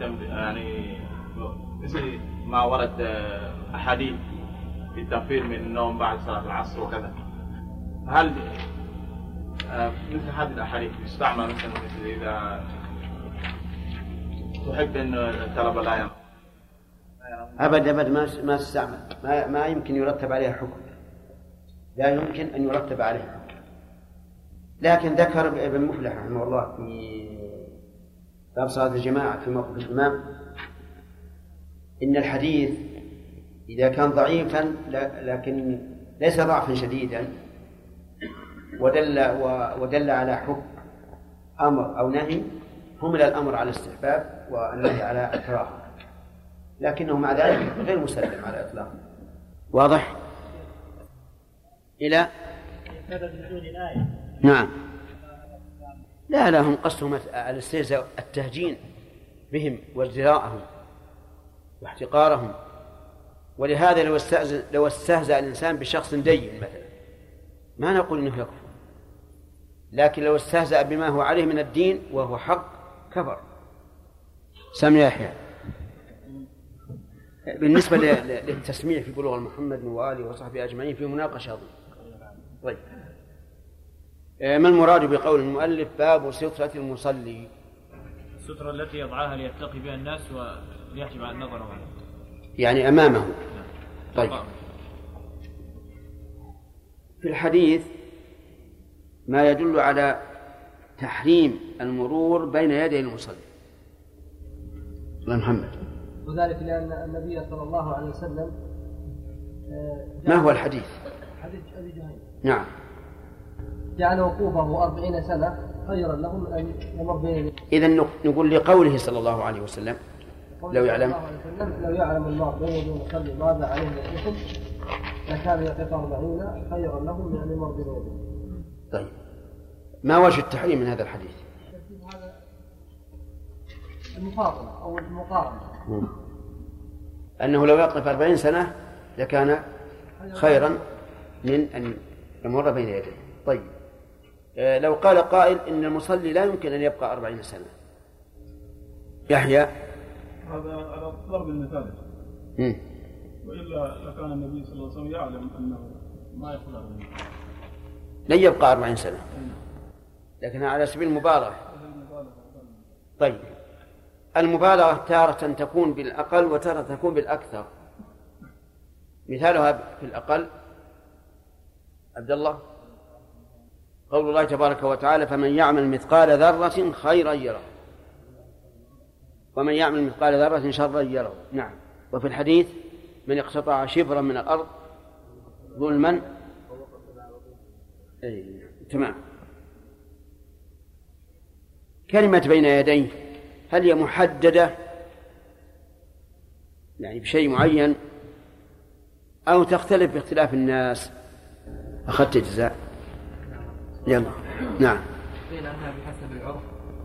مثل ما ورد أحاديث في التنفير من النوم بعد صلاة العصر وكذا. هل مثل هذه الأحاديث يستعمل مثل إذا تحب أن الطلبة لا ينام؟ أبدا ما تستعمل، ما يمكن يرتب عليها حكم، لا يمكن أن يرتب عليها حكم. لكن ذكر ابن مفلح رحمه الله في باب صلاة الجماعة في موقف الإمام إن الحديث إذا كان ضعيفا لكن ليس ضعفا شديدا ودل على حكم أمر أو نهي، حمل الأمر على الاستحباب والنهي على الكراهة، لكنه مع ذلك غير مسلم على إطلاقه. واضح؟ إلى نعم. لا هم قصدهم الاستهزاء، التهجين بهم وازدراءهم واحتقارهم ولهذا لو استهزأ الإنسان بشخص دين مثلا ما نقول إنه يكفر، لكن لو استهزأ بما هو عليه من الدين وهو حق كفر. سمع يحيى. بالنسبة للتسميع في بلوغ محمد وآله وصحبه أجمعين في مناقشة أظن. طيب، ما المراد بقول المؤلف باب سترة المصلي؟ السترة التي يضعها ليتقي بها الناس وليحجب عن النظر عنه، يعني أمامه. طيب، في الحديث ما يدل على تحريم المرور بين يدي المصلي. الله محمد. وذلك لأن النبي صلى الله عليه وسلم ما هو الحديث؟ حديث أبي جهيم. نعم. جعل وقوفه 40 سنة خيرا له من أن يمر بين يديه. إذن نقول لقوله صلى الله عليه وسلم لو يعلم الله بين يديه المصلي ماذا عليه من الإثم لكان يقف 40 خيرا له من أن يمر بين يديه. طيب، ما وجه التحريم من هذا الحديث؟ المفاضلة أو المقارنة، أنه لو يقف 40 سنة لكان خيرا من أن يمر بين يديه. طيب، لو قال قائل إن المصلي لا يمكن أن يبقى 40 سنة، يحيى هذا على ضرب المثال، وإلا لكان النبي صلى الله عليه وسلم يعلم أنه ما يقول 40 لن يبقى 40 سنة، لكنها على سبيل المبالغة. طيب، المبالغة تارة تكون بالأقل وتارة تكون بالأكثر. مثالها في الأقل عبد الله قول الله تبارك وتعالى فمن يعمل مثقال ذرة خيرا يره ومن يعمل مثقال ذرة شرا يره. نعم. وفي الحديث من اقتطع شبرا من الأرض ظلما. تمام. كلمة بين يديه هل هي محددة يعني بشيء معين أو تختلف باختلاف الناس؟ أخذت جزاء. يلا. نعم. قيل أنها بحسب العرف،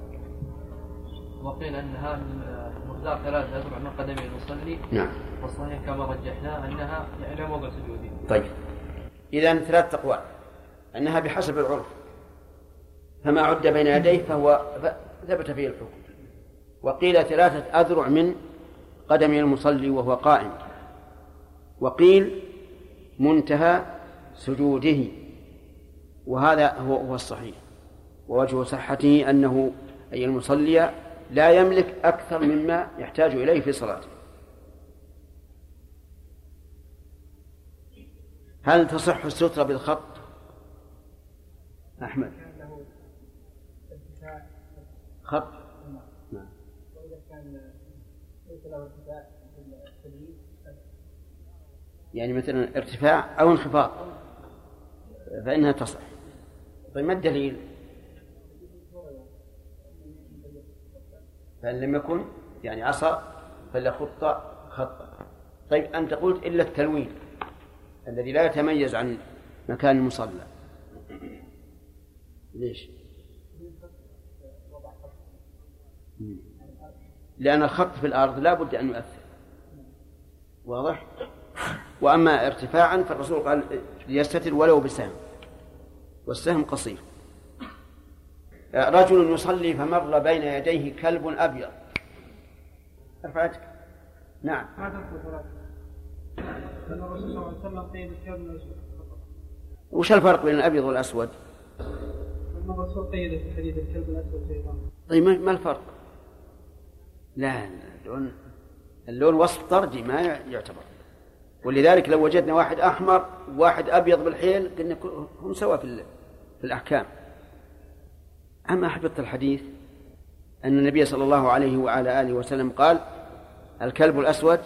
وقيل أنها من مقدار 3 أذرع من قدم المصلي. نعم. والصحيح كما رجحنا أنها يعني موضع سجوده. طيب، إذن 3 أقوال: أنها بحسب العرف فما عد بين يديه فهو ثبت فيه الحكم، وقيل 3 أذرع من قدم المصلي وهو قائم، وقيل منتهى سجوده، وهذا هو الصحيح. ووجه صحته أنه أي المصلي لا يملك أكثر مما يحتاج إليه في صلاته. هل تصح السترة بالخط؟ أحمد. خط. نعم. يعني مثلا ارتفاع أو انخفاض فإنها تصح. طيب، ما الدليل؟ فإن لم يكن يعني عصا فليخط خطا. طيب، أنت قلت إلا التلوين الذي لا يتميز عن مكان المصلى. ليش؟ لأن الخط في الأرض لا بد أن يؤثر. واضح؟ وأما ارتفاعا فالرسول قال ليستتر ولو بسهم، والسهم قصير. رجل يصلي فمر بين يديه كلب أبيض. ارفعتك. نعم. وش الفرق بين الأبيض والأسود؟ الرسول قيد في حديث الكلب الأسود شيطان. طيب، ما الفرق؟ لا، اللون وصف طردي ما يعتبر. ولذلك لو وجدنا واحد أحمر وواحد أبيض بالحيل قلنا هم سوا في الأحكام. أما حفظت الحديث أن النبي صلى الله عليه وعلى آله وسلم قال الكلب الأسود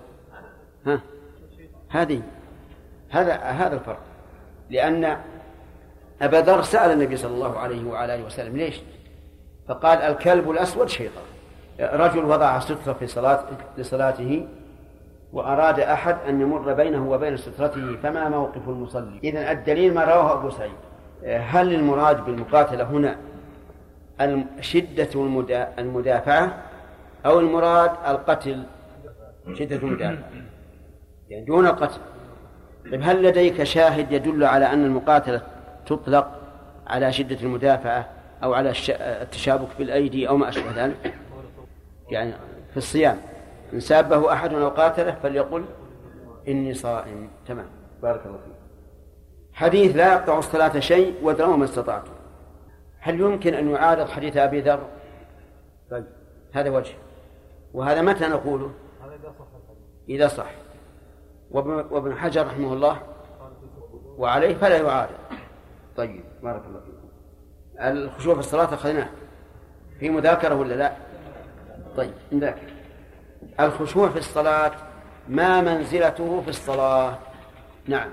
هذا الفرق. لأن أبا ذر سأل النبي صلى الله عليه وعلى آله وسلم ليش؟ فقال الكلب الأسود شيطان. رجل وضع سترة في لصلاته وأراد أحد أن يمر بينه وبين سترته، فما موقف المصلي؟ إذن الدليل ما رواه أبو سعيد. هل المراد بالمقاتلة هنا شدة المدافعة أو المراد القتل شدة المدافعة؟ يعني دون القتل. طيب هل لديك شاهد يدل على أن المقاتلة تطلق على شدة المدافعة أو على التشابك بالأيدي أو ما أشبه ذلك؟ يعني في الصيام إن سابه أحد أو قاتله فليقل إني صائم. تمام، بارك الله فيك. حديث لا يقطع الصلاة شيء وادعوا ما استطعتم، هل يمكن أن يعارض حديث أبي ذر؟ طيب هذا وجه، وهذا متى نقوله؟ إذا صح. وابن حجر رحمه الله وعليه فلا يعارض. طيب بارك الله فيكم. الخشوع في الصلاة أخذناه في مذاكرة ولا لا؟ طيب نذاكر. الخشوع في الصلاة ما منزلته في الصلاة؟ نعم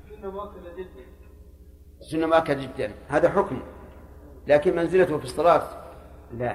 سنة مؤكدة جدا، هذا حكم، لكن منزلته في الصلاة لا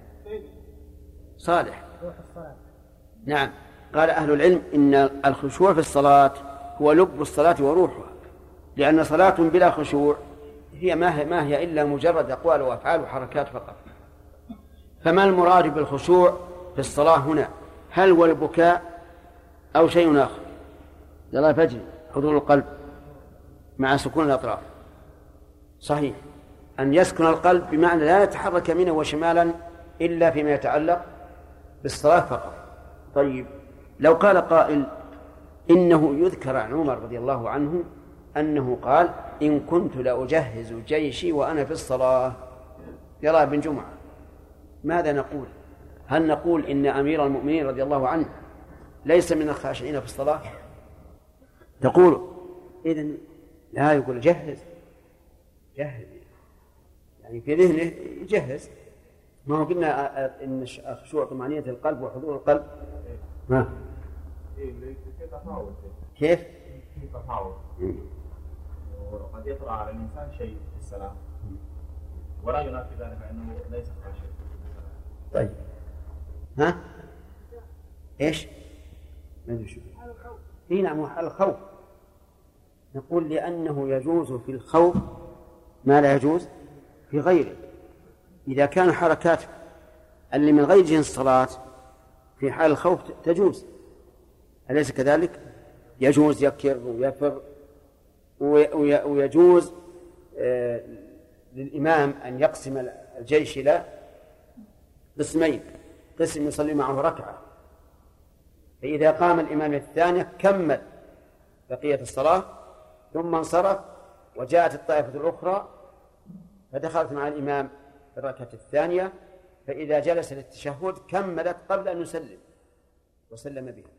صالح. نعم قال أهل العلم إن الخشوع في الصلاة هو لب الصلاة وروحها، لأن صلاة بلا خشوع هي ما هي إلا مجرد أقوال وأفعال وحركات فقط. فما المراد بالخشوع في الصلاة هنا؟ هل هو البكاء أو شيء آخر؟ يلا فجر حضور القلب مع سكون الأطراف. صحيح أن يسكن القلب بمعنى لا يتحرك يمينا وشمالا إلا فيما يتعلق بالصلاة فقط. طيب لو قال قائل إنه يذكر عن عمر رضي الله عنه أنه قال إن كنت لأجهز جيشي وأنا في الصلاة، يرى بن جمعة، ماذا نقول؟ هل نقول إن أمير المؤمنين رضي الله عنه ليس من الخاشعين في الصلاة؟ تقول إذن لا، يقول جهز يعني في ذهنه يجهز. ما هو قلنا إن خشوع طمأنينة القلب وحضور القلب ما كيف؟ في تفاوت، وقد يطرأ على الإنسان شيء في السلام ولا ينافي ذلك أنه ليس خاشع. طيب ها إيش؟ إيه نعم الخوف. نقول لأنه يجوز في الخوف ما لا يجوز في غيره. إذا كان حركات اللي من غير جنس الصلاة في حال الخوف تجوز، أليس كذلك؟ يجوز يكر ويفر، ويجوز للإمام أن يقسم الجيش إلى قسمين، قسم يصلي معه ركعة، فإذا قام الإمام الثانية كمل بقية الصلاة ثم انصرف، وجاءت الطائفة الأخرى فدخلت مع الإمام في الركعة الثانية، فإذا جلس للتشهد كملت قبل أن يسلم وسلم بها.